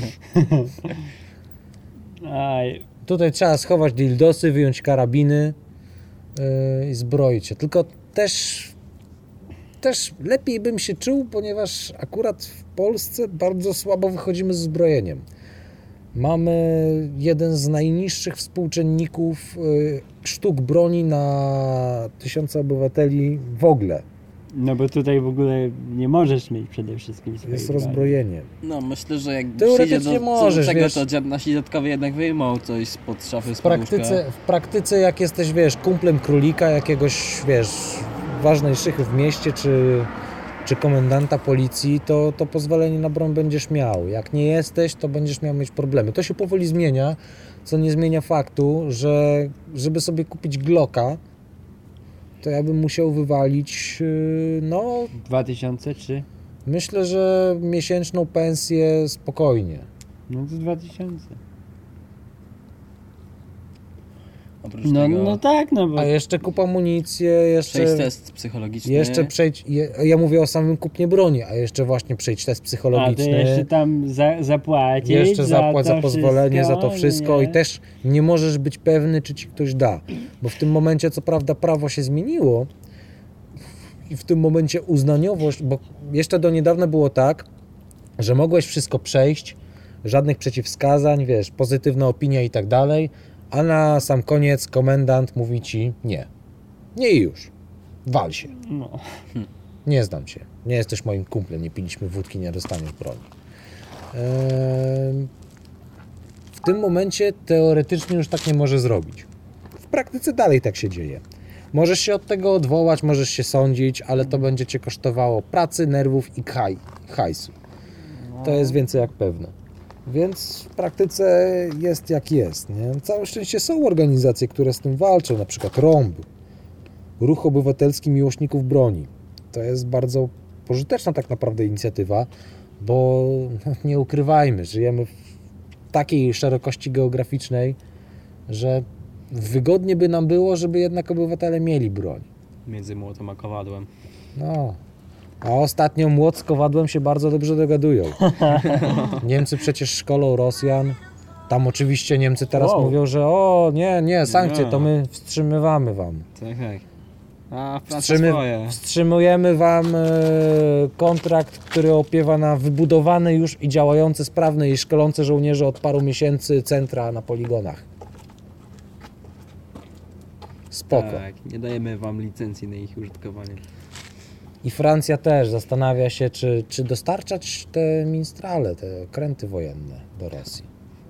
Tutaj trzeba schować dildosy, wyjąć karabiny i zbroić się. Tylko też lepiej bym się czuł, ponieważ akurat w Polsce bardzo słabo wychodzimy z zbrojeniem. Mamy jeden z najniższych współczynników sztuk broni na 1000 obywateli w ogóle. No bo tutaj w ogóle nie możesz mieć przede wszystkim swojej jest rozbrojenie. No myślę, że jak teoretycznie możesz, tego, to nasi dziadkowie jednak wyjmą coś spod szafy, w praktyce jak jesteś, wiesz, kumplem królika, jakiegoś, wiesz, ważnej szychy w mieście, czy komendanta policji, to pozwolenie na broń będziesz miał. Jak nie jesteś, to będziesz mieć problemy. To się powoli zmienia, co nie zmienia faktu, że żeby sobie kupić Glocka, to ja bym musiał wywalić, 2000 czy? Myślę, że miesięczną pensję spokojnie. No to 2000. Oprócz tego No tak, no bo... A jeszcze kup amunicję, jeszcze... przejść test psychologiczny. Jeszcze przejdź, ja mówię o samym kupnie broni, a jeszcze właśnie przejdź test psychologiczny. A to jeszcze tam zapłacić. Jeszcze zapłać za pozwolenie, za to wszystko, wszystko nie? i też nie możesz być pewny, czy ci ktoś da. Bo w tym momencie, co prawda, prawo się zmieniło i w tym momencie uznaniowość, bo jeszcze do niedawna było tak, że mogłeś wszystko przejść, żadnych przeciwwskazań, wiesz, pozytywna opinia i tak dalej, a na sam koniec komendant mówi ci nie. Nie i już. Wal się. No. Nie znam cię. Nie jesteś moim kumplem, nie piliśmy wódki, nie dostaniesz broni. W tym momencie teoretycznie już tak nie może zrobić. W praktyce dalej tak się dzieje. Możesz się od tego odwołać, możesz się sądzić, ale to będzie cię kosztowało pracy, nerwów i hajsu. To jest więcej jak pewne. Więc w praktyce jest jak jest. Nie? Całe szczęście są organizacje, które z tym walczą, na przykład ROMB, Ruch Obywatelski Miłośników Broni. To jest bardzo pożyteczna tak naprawdę inicjatywa, bo nie ukrywajmy, żyjemy w takiej szerokości geograficznej, że wygodnie by nam było, żeby jednak obywatele mieli broń. Między młotem a kowadłem. No. A ostatnio młot z kowadłem się bardzo dobrze dogadują. Niemcy przecież szkolą Rosjan. Tam oczywiście Niemcy teraz mówią, że nie, sankcje, to my wstrzymywamy wam. Tak. A Francja swoje. Wstrzymujemy wam kontrakt, który opiewa na wybudowane już i działające, sprawne i szkolące żołnierzy od paru miesięcy centra na poligonach. Spoko. Tak, nie dajemy wam licencji na ich użytkowanie. I Francja też zastanawia się, czy dostarczać te Minstrale, te okręty wojenne do Rosji.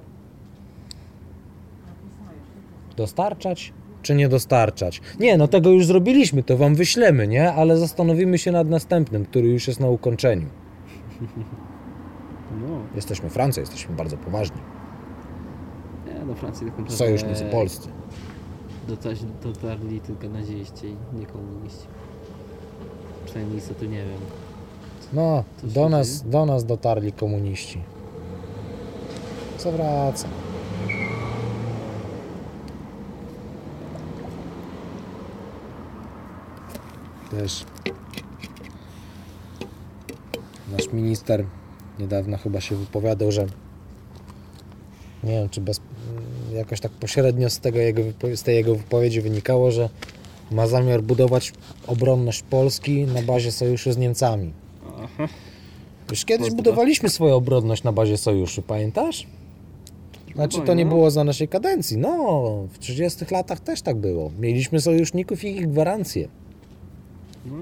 Dostarczać, czy nie dostarczać? Nie, no tego już zrobiliśmy, to wam wyślemy, nie? Ale zastanowimy się nad następnym, który już jest na ukończeniu. No. Jesteśmy Francja, jesteśmy bardzo poważni. Nie, do Francji tak naprawdę Sojusznicy polscy. Dotarli tylko naziści i nie komuniści. Przynajmniej co tu nie wiem. No, do nas dotarli komuniści. Co wraca? Też nasz minister niedawno chyba się wypowiadał, że nie wiem, czy jakoś tak pośrednio z tej jego wypowiedzi wynikało, że ma zamiar budować obronność Polski na bazie sojuszu z Niemcami. Aha. Już kiedyś budowaliśmy swoją obronność na bazie sojuszu, pamiętasz? Znaczy to nie było za naszej kadencji. No, w 30 latach też tak było. Mieliśmy sojuszników i ich gwarancje. No.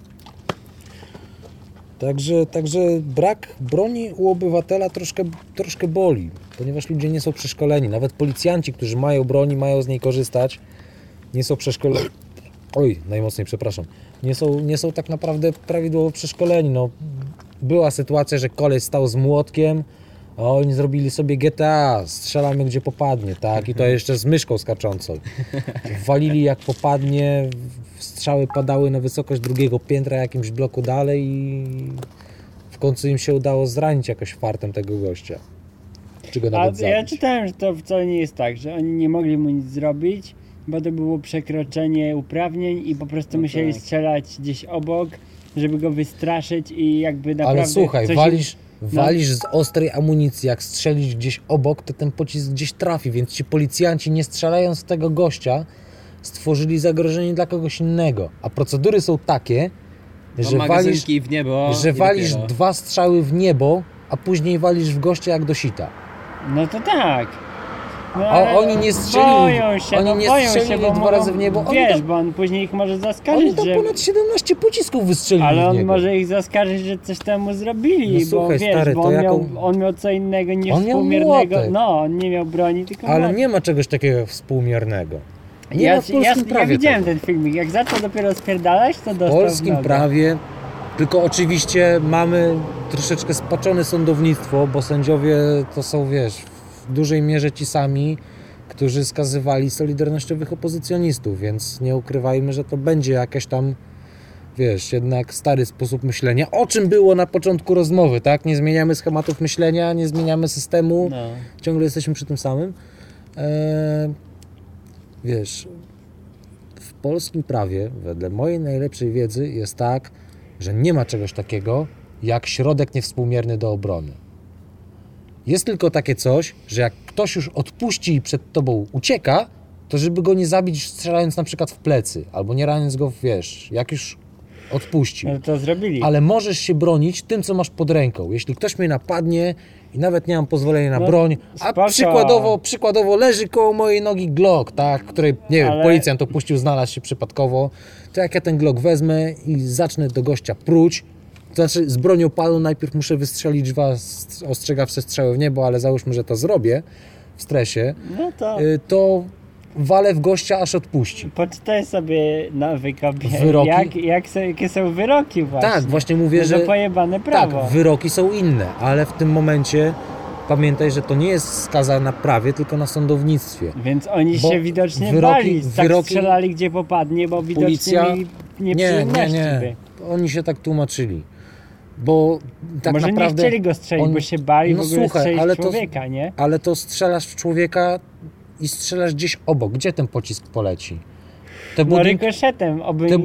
Także brak broni u obywatela troszkę boli, ponieważ ludzie nie są przeszkoleni. Nawet policjanci, którzy mają broni, mają z niej korzystać, nie są przeszkoleni. Oj, najmocniej przepraszam. Nie są tak naprawdę prawidłowo przeszkoleni. No, była sytuacja, że koleś stał z młotkiem, a oni zrobili sobie GTA, strzelamy gdzie popadnie, tak? I to jeszcze z myszką skaczącą. Walili jak popadnie, strzały padały na wysokość drugiego piętra jakimś bloku dalej i w końcu im się udało zranić jakoś fartem tego gościa. Czy go nawet zabić. Ja czytałem, że to wcale nie jest tak, że oni nie mogli mu nic zrobić, bo to było przekroczenie uprawnień i po prostu musieli strzelać gdzieś obok, żeby go wystraszyć i jakby naprawdę... Ale słuchaj, walisz z ostrej amunicji, jak strzelisz gdzieś obok, to ten pocisk gdzieś trafi, więc ci policjanci, nie strzelając w tego gościa, stworzyli zagrożenie dla kogoś innego. A procedury są takie, że walisz 2 strzały w niebo, a później walisz w gościa jak do sita. No to tak. No, a oni nie strzelili, boją się, 2 razy w niebo. Bo on później ich może zaskarżyć, oni tam ponad 17 pocisków wystrzelili ale on w niego. może ich zaskarżyć, że coś temu zrobili, no, słuchaj, bo stary, on miał co innego niż on współmiernego. No, on nie miał broni, tylko ale nie ma czegoś takiego jak współmiernego. Ja widziałem ten filmik, jak zaczął dopiero spierdalać, to dostał w polskim prawie, tylko oczywiście mamy troszeczkę spaczone sądownictwo, bo sędziowie to są, wiesz, w dużej mierze ci sami którzy skazywali solidarnościowych opozycjonistów, więc nie ukrywajmy, że to będzie jakaś tam, wiesz, jednak stary sposób myślenia. O czym było na początku rozmowy, tak? Nie zmieniamy schematów myślenia, nie zmieniamy systemu, ciągle jesteśmy przy tym samym. Wiesz, w polskim prawie, wedle mojej najlepszej wiedzy, jest tak, że nie ma czegoś takiego jak środek niewspółmierny do obrony. Jest tylko takie coś, że jak ktoś już odpuści i przed tobą ucieka, to żeby go nie zabić strzelając na przykład w plecy, albo nie raniąc go, wiesz, jak już odpuścił. No to zrobili. Ale możesz się bronić tym, co masz pod ręką. Jeśli ktoś mnie napadnie i nawet nie mam pozwolenia na broń, a przykładowo leży koło mojej nogi Glock, tak, której, nie wiem, policjant opuścił, znalazł się przypadkowo, to jak ja ten Glock wezmę i zacznę do gościa pruć, to znaczy z bronią palną najpierw muszę wystrzelić 2 ostrzegawcze strzały w niebo, ale załóżmy, że to zrobię w stresie, no to walę w gościa, aż odpuści. Poczytaj sobie na wyroki. Jakie są wyroki właśnie. Tak, właśnie mówię, że... To pojebane prawo. Tak, wyroki są inne, ale w tym momencie pamiętaj, że to nie jest skaza na prawie, tylko na sądownictwie. Więc oni się widocznie bali, tak strzelali gdzie popadnie, bo widocznie policja... mieli nieprzyjemności. Nie. Oni się tak tłumaczyli. Bo tak może naprawdę... nie chcieli go strzelić, bo się bali w ogóle strzelić w człowieka, nie? Ale to strzelasz w człowieka i strzelasz gdzieś obok. Gdzie ten pocisk poleci? Rykoszetem,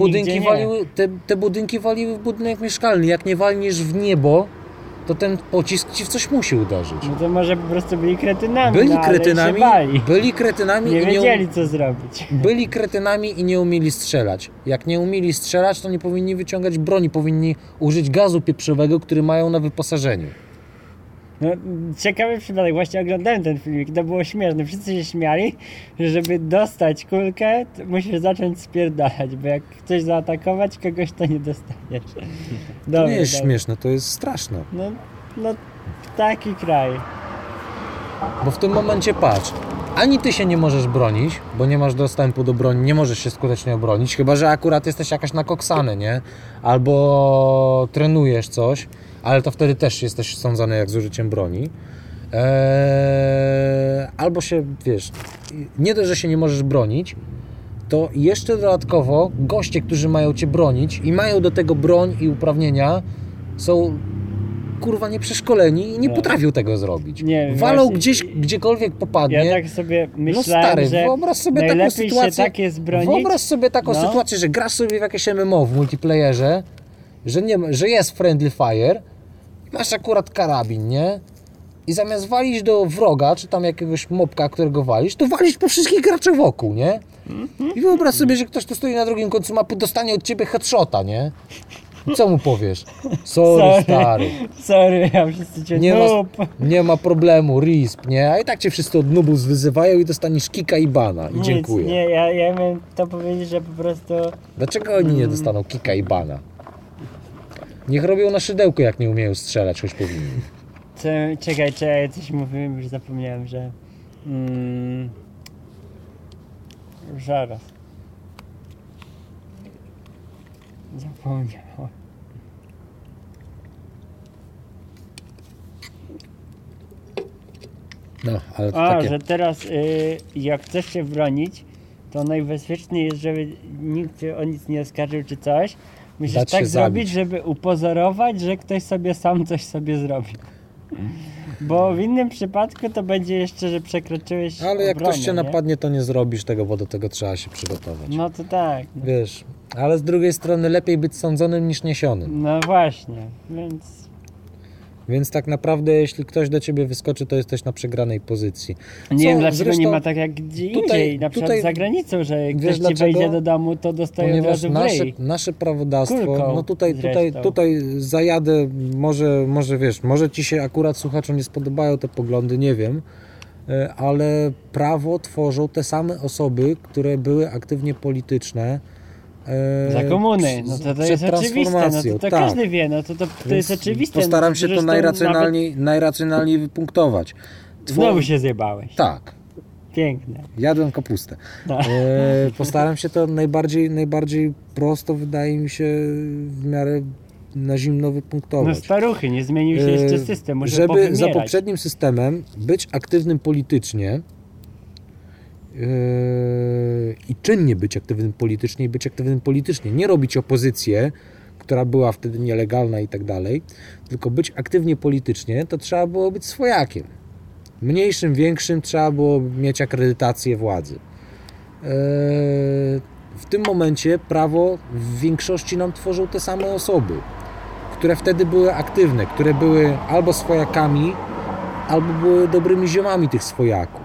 te budynki waliły w budynek mieszkalny. Jak nie walniesz w niebo, to ten pocisk ci w coś musi uderzyć. No to może po prostu byli kretynami, byli kretynami nie wiedzieli co zrobić. Byli kretynami i nie umieli strzelać. Jak nie umieli strzelać, to nie powinni wyciągać broni, powinni użyć gazu pieprzowego, który mają na wyposażeniu. No, ciekawy przypadek, właśnie oglądałem ten filmik, to było śmieszne, wszyscy się śmiali, że żeby dostać kulkę, to musisz zacząć spierdalać, bo jak chcesz zaatakować kogoś, to nie dostaniesz. To nie jest śmieszne, to jest straszne. No taki kraj. Bo w tym momencie patrz, ani ty się nie możesz bronić, bo nie masz dostępu do broni, nie możesz się skutecznie obronić, chyba że akurat jesteś jakaś nakoksany, nie? Albo trenujesz coś, ale to wtedy też jesteś sądzony jak z użyciem broni. Albo się, wiesz, nie dość, że się nie możesz bronić, to jeszcze dodatkowo goście, którzy mają cię bronić i mają do tego broń i uprawnienia, są kurwa nieprzeszkoleni i nie potrafią tego zrobić. Walą gdzieś, gdziekolwiek popadnie. Ja tak sobie myślałem, że wyobraź sobie taką sytuację, się tak jest bronić. Wyobraź sobie taką sytuację, że grasz sobie w jakieś MMO w multiplayerze, że jest friendly fire, masz akurat karabin, nie? I zamiast walić do wroga, czy tam jakiegoś mobka, którego walisz, to walisz po wszystkich graczach wokół, nie? I wyobraź sobie, że ktoś, kto stoi na drugim końcu mapy, dostanie od ciebie headshota, nie? I co mu powiesz? Sorry, stary. Sorry, ja wszyscy cię nie ma problemu, risp, nie? A i tak cię wszyscy od nubów wyzywają i dostaniesz kika i bana. I dziękuję. Nie, ja miałem to powiedzieć, że po prostu... Dlaczego oni nie dostaną kika i bana? Niech robią na szydełku, jak nie umieją strzelać, choć powinni. Czekaj, coś mówiłem, już zapomniałem, że... Zaraz. Zapomniałem. No, ale to takie... że teraz jak chcesz się bronić, to najbezpieczniej jest, żeby nikt cię o nic nie oskarżył czy coś. Musisz tak zrobić, żeby upozorować, że ktoś sobie sam coś sobie zrobił. Bo w innym przypadku to będzie jeszcze, że przekroczyłeś Ale jak obronę, ktoś cię napadnie, to nie zrobisz tego, bo do tego trzeba się przygotować. No to tak. No. Wiesz, ale z drugiej strony lepiej być sądzonym niż niesionym. No właśnie, Więc tak naprawdę, jeśli ktoś do ciebie wyskoczy, to jesteś na przegranej pozycji. Nie wiem, dlaczego nie ma tak jak gdzie indziej, na przykład za granicą, że ktoś ci wejdzie do domu, to dostaje od razu w ryj. Nasze prawodawstwo, no tutaj zajadę, może wiesz, może ci się akurat słuchaczom nie spodobają te poglądy, nie wiem, ale prawo tworzą te same osoby, które były aktywnie polityczne, za komuny, no to jest oczywiste, no to tak. Każdy wie, no to jest oczywiste. Postaram się to najracjonalniej wypunktować. Znowu się zjebałeś. Tak. Piękne. Jadłem kapustę. No. Postaram się to najbardziej prosto, wydaje mi się, w miarę na zimno wypunktować. No staruchy, nie zmienił się jeszcze system, może żeby za poprzednim systemem być aktywnym politycznie, i czynnie być aktywnym politycznie i być aktywnym politycznie. Nie robić opozycję, która była wtedy nielegalna i tak dalej, tylko być aktywnie politycznie, to trzeba było być swojakiem. Mniejszym, większym trzeba było mieć akredytację władzy. W tym momencie prawo w większości nam tworzą te same osoby, które wtedy były aktywne, które były albo swojakami, albo były dobrymi ziomami tych swojaków.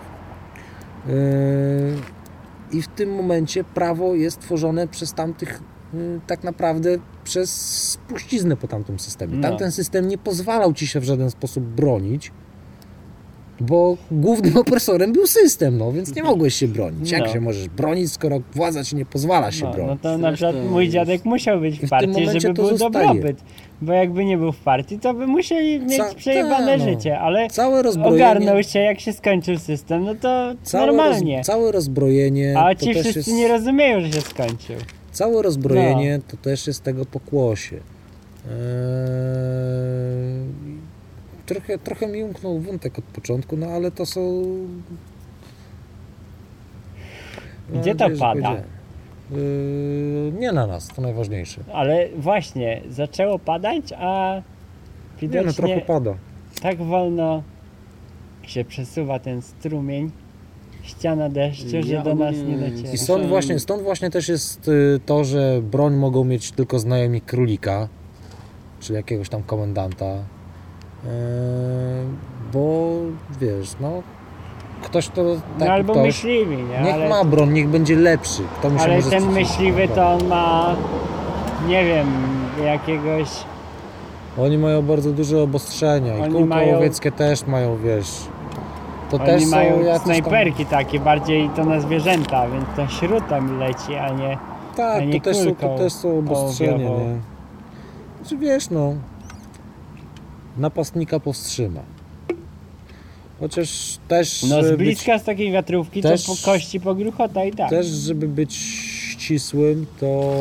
I w tym momencie prawo jest tworzone przez tamtych, tak naprawdę przez spuściznę po tamtym systemie. Tamten system nie pozwalał ci się w żaden sposób bronić, bo głównym opresorem był system, więc nie mogłeś się bronić. Jak się możesz bronić, skoro władza ci nie pozwala się bronić? No to na przykład mój dziadek musiał być w partii, żeby był dobrobyt, bo jakby nie był w partii, to by musieli mieć przejebane życie, ale ogarnął się, jak się skończył system, no to normalnie. Całe rozbrojenie... A ci wszyscy nie rozumieją, że się skończył. Całe rozbrojenie to też jest tego pokłosie. Trochę mi umknął wątek od początku, ale to są... Gdzie to pada? Nie na nas, to najważniejsze. Ale właśnie, zaczęło padać, a widocznie trochę pada. Tak wolno się przesuwa ten strumień, ściana deszczu, że do nas nie dociera. I stąd właśnie też jest to, że broń mogą mieć tylko znajomi królika, czy jakiegoś tam komendanta. Bo wiesz, ktoś to tak, albo ktoś, myśliwi, nie? Niech ma broń, niech będzie lepszy. Ale ten myśliwy to on ma, nie wiem, jakiegoś... Oni mają bardzo duże obostrzenia i kółka łowieckie też mają, wiesz... To oni też mają snajperki takie, bardziej to na zwierzęta, więc to śrutem leci, a nie tak, a nie to też są obostrzenia, nie? Znaczy wiesz, napastnika powstrzyma. Chociaż też... z bliska z takiej wiatrówki też, to po kości pogruchota i tak. Też, żeby być ścisłym, to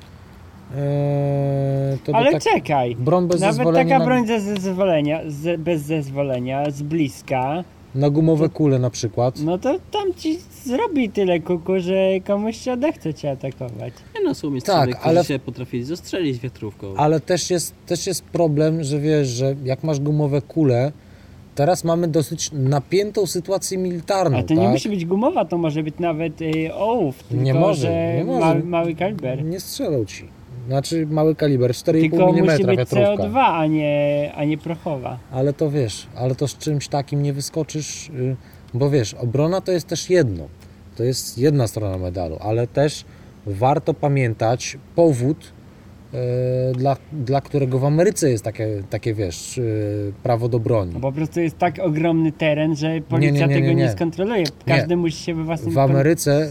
ale czekaj, broń bez nawet zezwolenia taka broń bez zezwolenia, z bliska... Na gumowe kule na przykład. No to tam ci zrobi tyle kuku, że komuś się odechce cię atakować. Są miejscowie, którzy się potrafili zastrzelić wiatrówką. Ale też jest problem, że wiesz, że jak masz gumowe kule, teraz mamy dosyć napiętą sytuację militarną. A to nie musi być gumowa, to może być nawet ołów, tylko nie może. Mały kaliber. Nie strzelał ci. Znaczy mały kaliber, 4,5 mm tylko musi być wiatrówka. CO2, a nie prochowa. Ale to wiesz, to z czymś takim nie wyskoczysz, bo wiesz, obrona to jest też jedno. To jest jedna strona medalu, ale też warto pamiętać powód, dla którego w Ameryce jest takie wiesz, prawo do broni. Po prostu jest tak ogromny teren, że policja tego nie skontroluje. Każdy musi się we własnym w Ameryce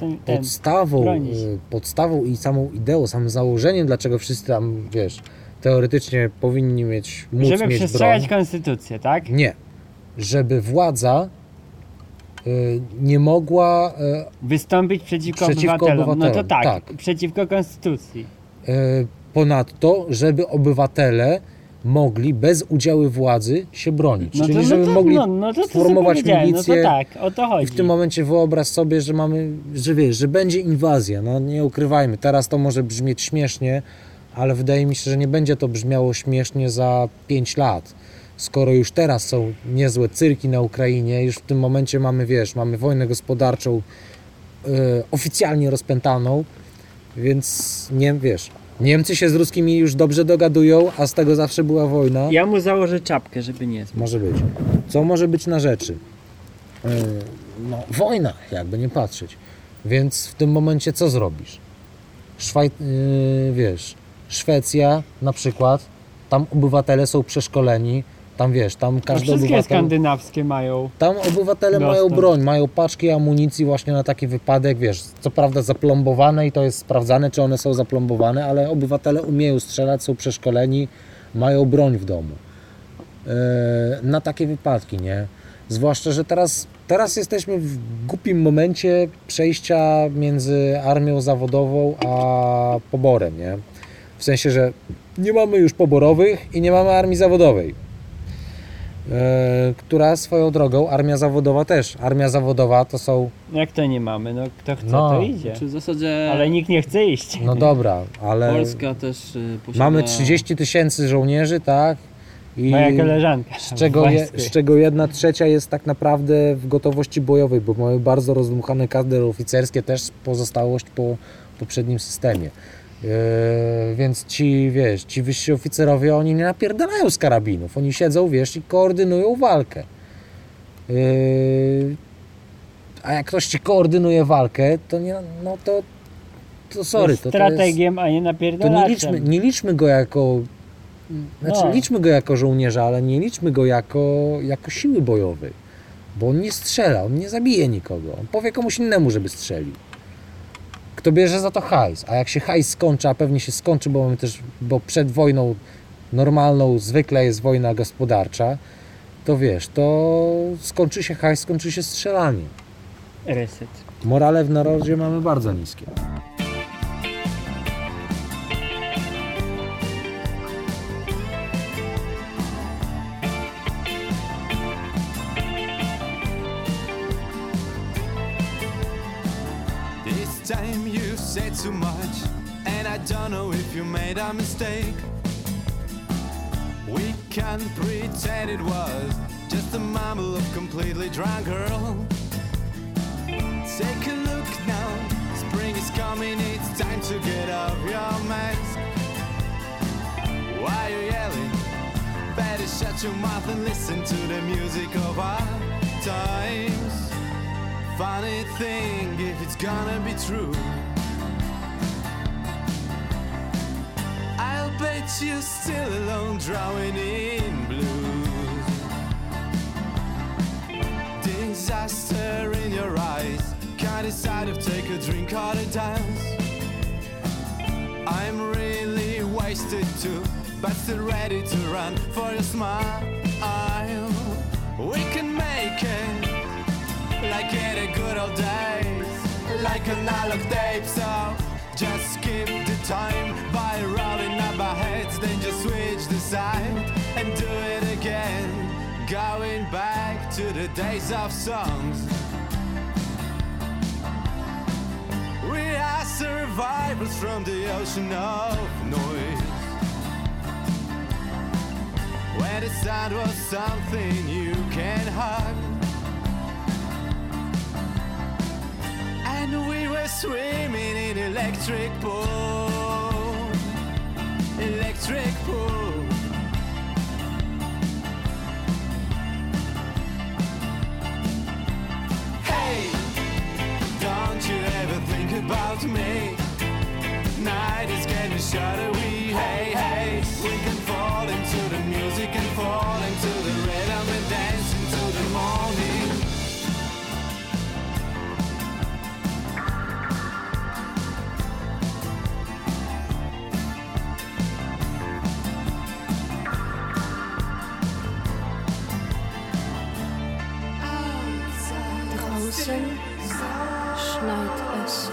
podstawą i samą ideą, samym założeniem, dlaczego wszyscy tam, wiesz, teoretycznie powinni móc żeby mieć przestrzegać broń. konstytucję, tak? Nie. Żeby władza nie mogła wystąpić przeciwko obywatelom. No to tak, przeciwko konstytucji. Ponadto, żeby obywatele mogli bez udziału władzy się bronić. Czyli żeby mogli formować milicję. No to tak, o to chodzi. I w tym momencie wyobraź sobie, że będzie inwazja. Nie ukrywajmy, teraz to może brzmieć śmiesznie, ale wydaje mi się, że nie będzie to brzmiało śmiesznie za 5 lat. Skoro już teraz są niezłe cyrki na Ukrainie, już w tym momencie mamy wojnę gospodarczą oficjalnie rozpętaną, więc Niemcy się z Ruskimi już dobrze dogadują, a z tego zawsze była wojna. Ja mu założę czapkę, żeby nie zmarł. Może być. Co może być na rzeczy? Wojna, jakby nie patrzeć. Więc w tym momencie co zrobisz? Szwecja na przykład, tam obywatele są przeszkoleni, tam każdy wszystkie skandynawskie mają. Tam obywatele mają broń, mają paczki amunicji właśnie na taki wypadek, co prawda zaplombowane i to jest sprawdzane, czy one są zaplombowane, ale obywatele umieją strzelać, są przeszkoleni, mają broń w domu. Na takie wypadki, nie? Zwłaszcza, że teraz jesteśmy w głupim momencie przejścia między armią zawodową a poborem, nie? W sensie, że nie mamy już poborowych i nie mamy armii zawodowej. która swoją drogą, armia zawodowa też. Armia zawodowa to są... Jak to nie mamy? No kto chce, to idzie. Czy w zasadzie... Ale nikt nie chce iść. No dobra, ale... Polska też posiada... Mamy 30 000 żołnierzy, tak? I moja koleżanka. z czego 1/3 jest tak naprawdę w gotowości bojowej, bo mamy bardzo rozdmuchane kadry oficerskie, też pozostałość po poprzednim systemie. Więc ci wyżsi oficerowie, oni nie napierdalają z karabinów, oni siedzą, i koordynują walkę. A jak ktoś ci koordynuje walkę, to nie, no to sorry. To strategiem, a nie napierdalaczem. To nie liczmy go jako... liczmy go jako żołnierza, ale nie liczmy go jako siły bojowej. Bo on nie strzela, on nie zabije nikogo. On powie komuś innemu, żeby strzelił. Kto bierze za to hajs, a jak się hajs skończy, a pewnie się skończy, bo przed wojną normalną zwykle jest wojna gospodarcza, to to skończy się hajs, skończy się strzelanie. Reset. Morale w narodzie mamy bardzo niskie. Time you said too much, and I don't know if you made a mistake. We can't pretend it was just a mumble of completely drunk girl. Take a look now, spring is coming, it's time to get off your mask. Why are you yelling? Better shut your mouth and listen to the music of our times. Funny thing if it's gonna be true. I'll bet you're still alone, drowning in blues. Disaster in your eyes, can't decide if take a drink or to dance. I'm really wasted too, but still ready to run for your smile. We can make it like in the good old days, like analog tape, so just skip the time by rolling up our heads, then just switch the side and do it again, going back to the days of songs. We are survivors from the ocean of noise, where the sound was something you can hug. And we were swimming in electric pool, electric pool. Hey, don't you ever think about me? Night is getting shorter, hey, we can fall into the music and fall into the rhythm and dance into the morning. Schneit es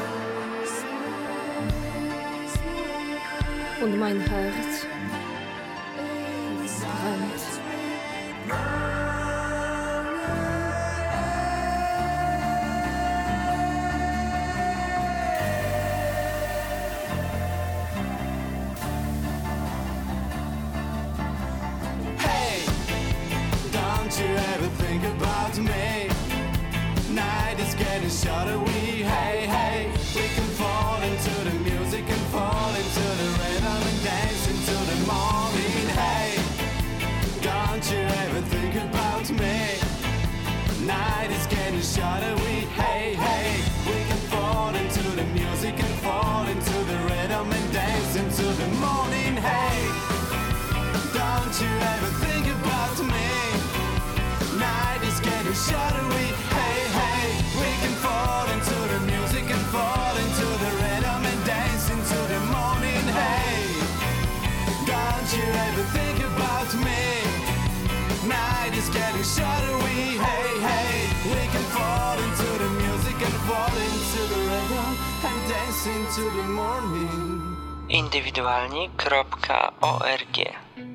und mein Herz brennt. Hey, don't you ever think about me? Night is getting shorter, hey, we can fall into the music and fall into the rhythm and dance into the morning. Hey, don't you ever think about me? Night is getting shorter, hey, we can fall into the music and fall into the rhythm and dance into the morning. Hey, don't you ever think about me? Night is getting shorter, hey, we can fall into the music and fall into the rhythm and dance into the morning. Hey, don't you ever think about me? Night is getting shorter, hey, we can fall into the music and fall into the rhythm and dance into the morning. Indywidualni.org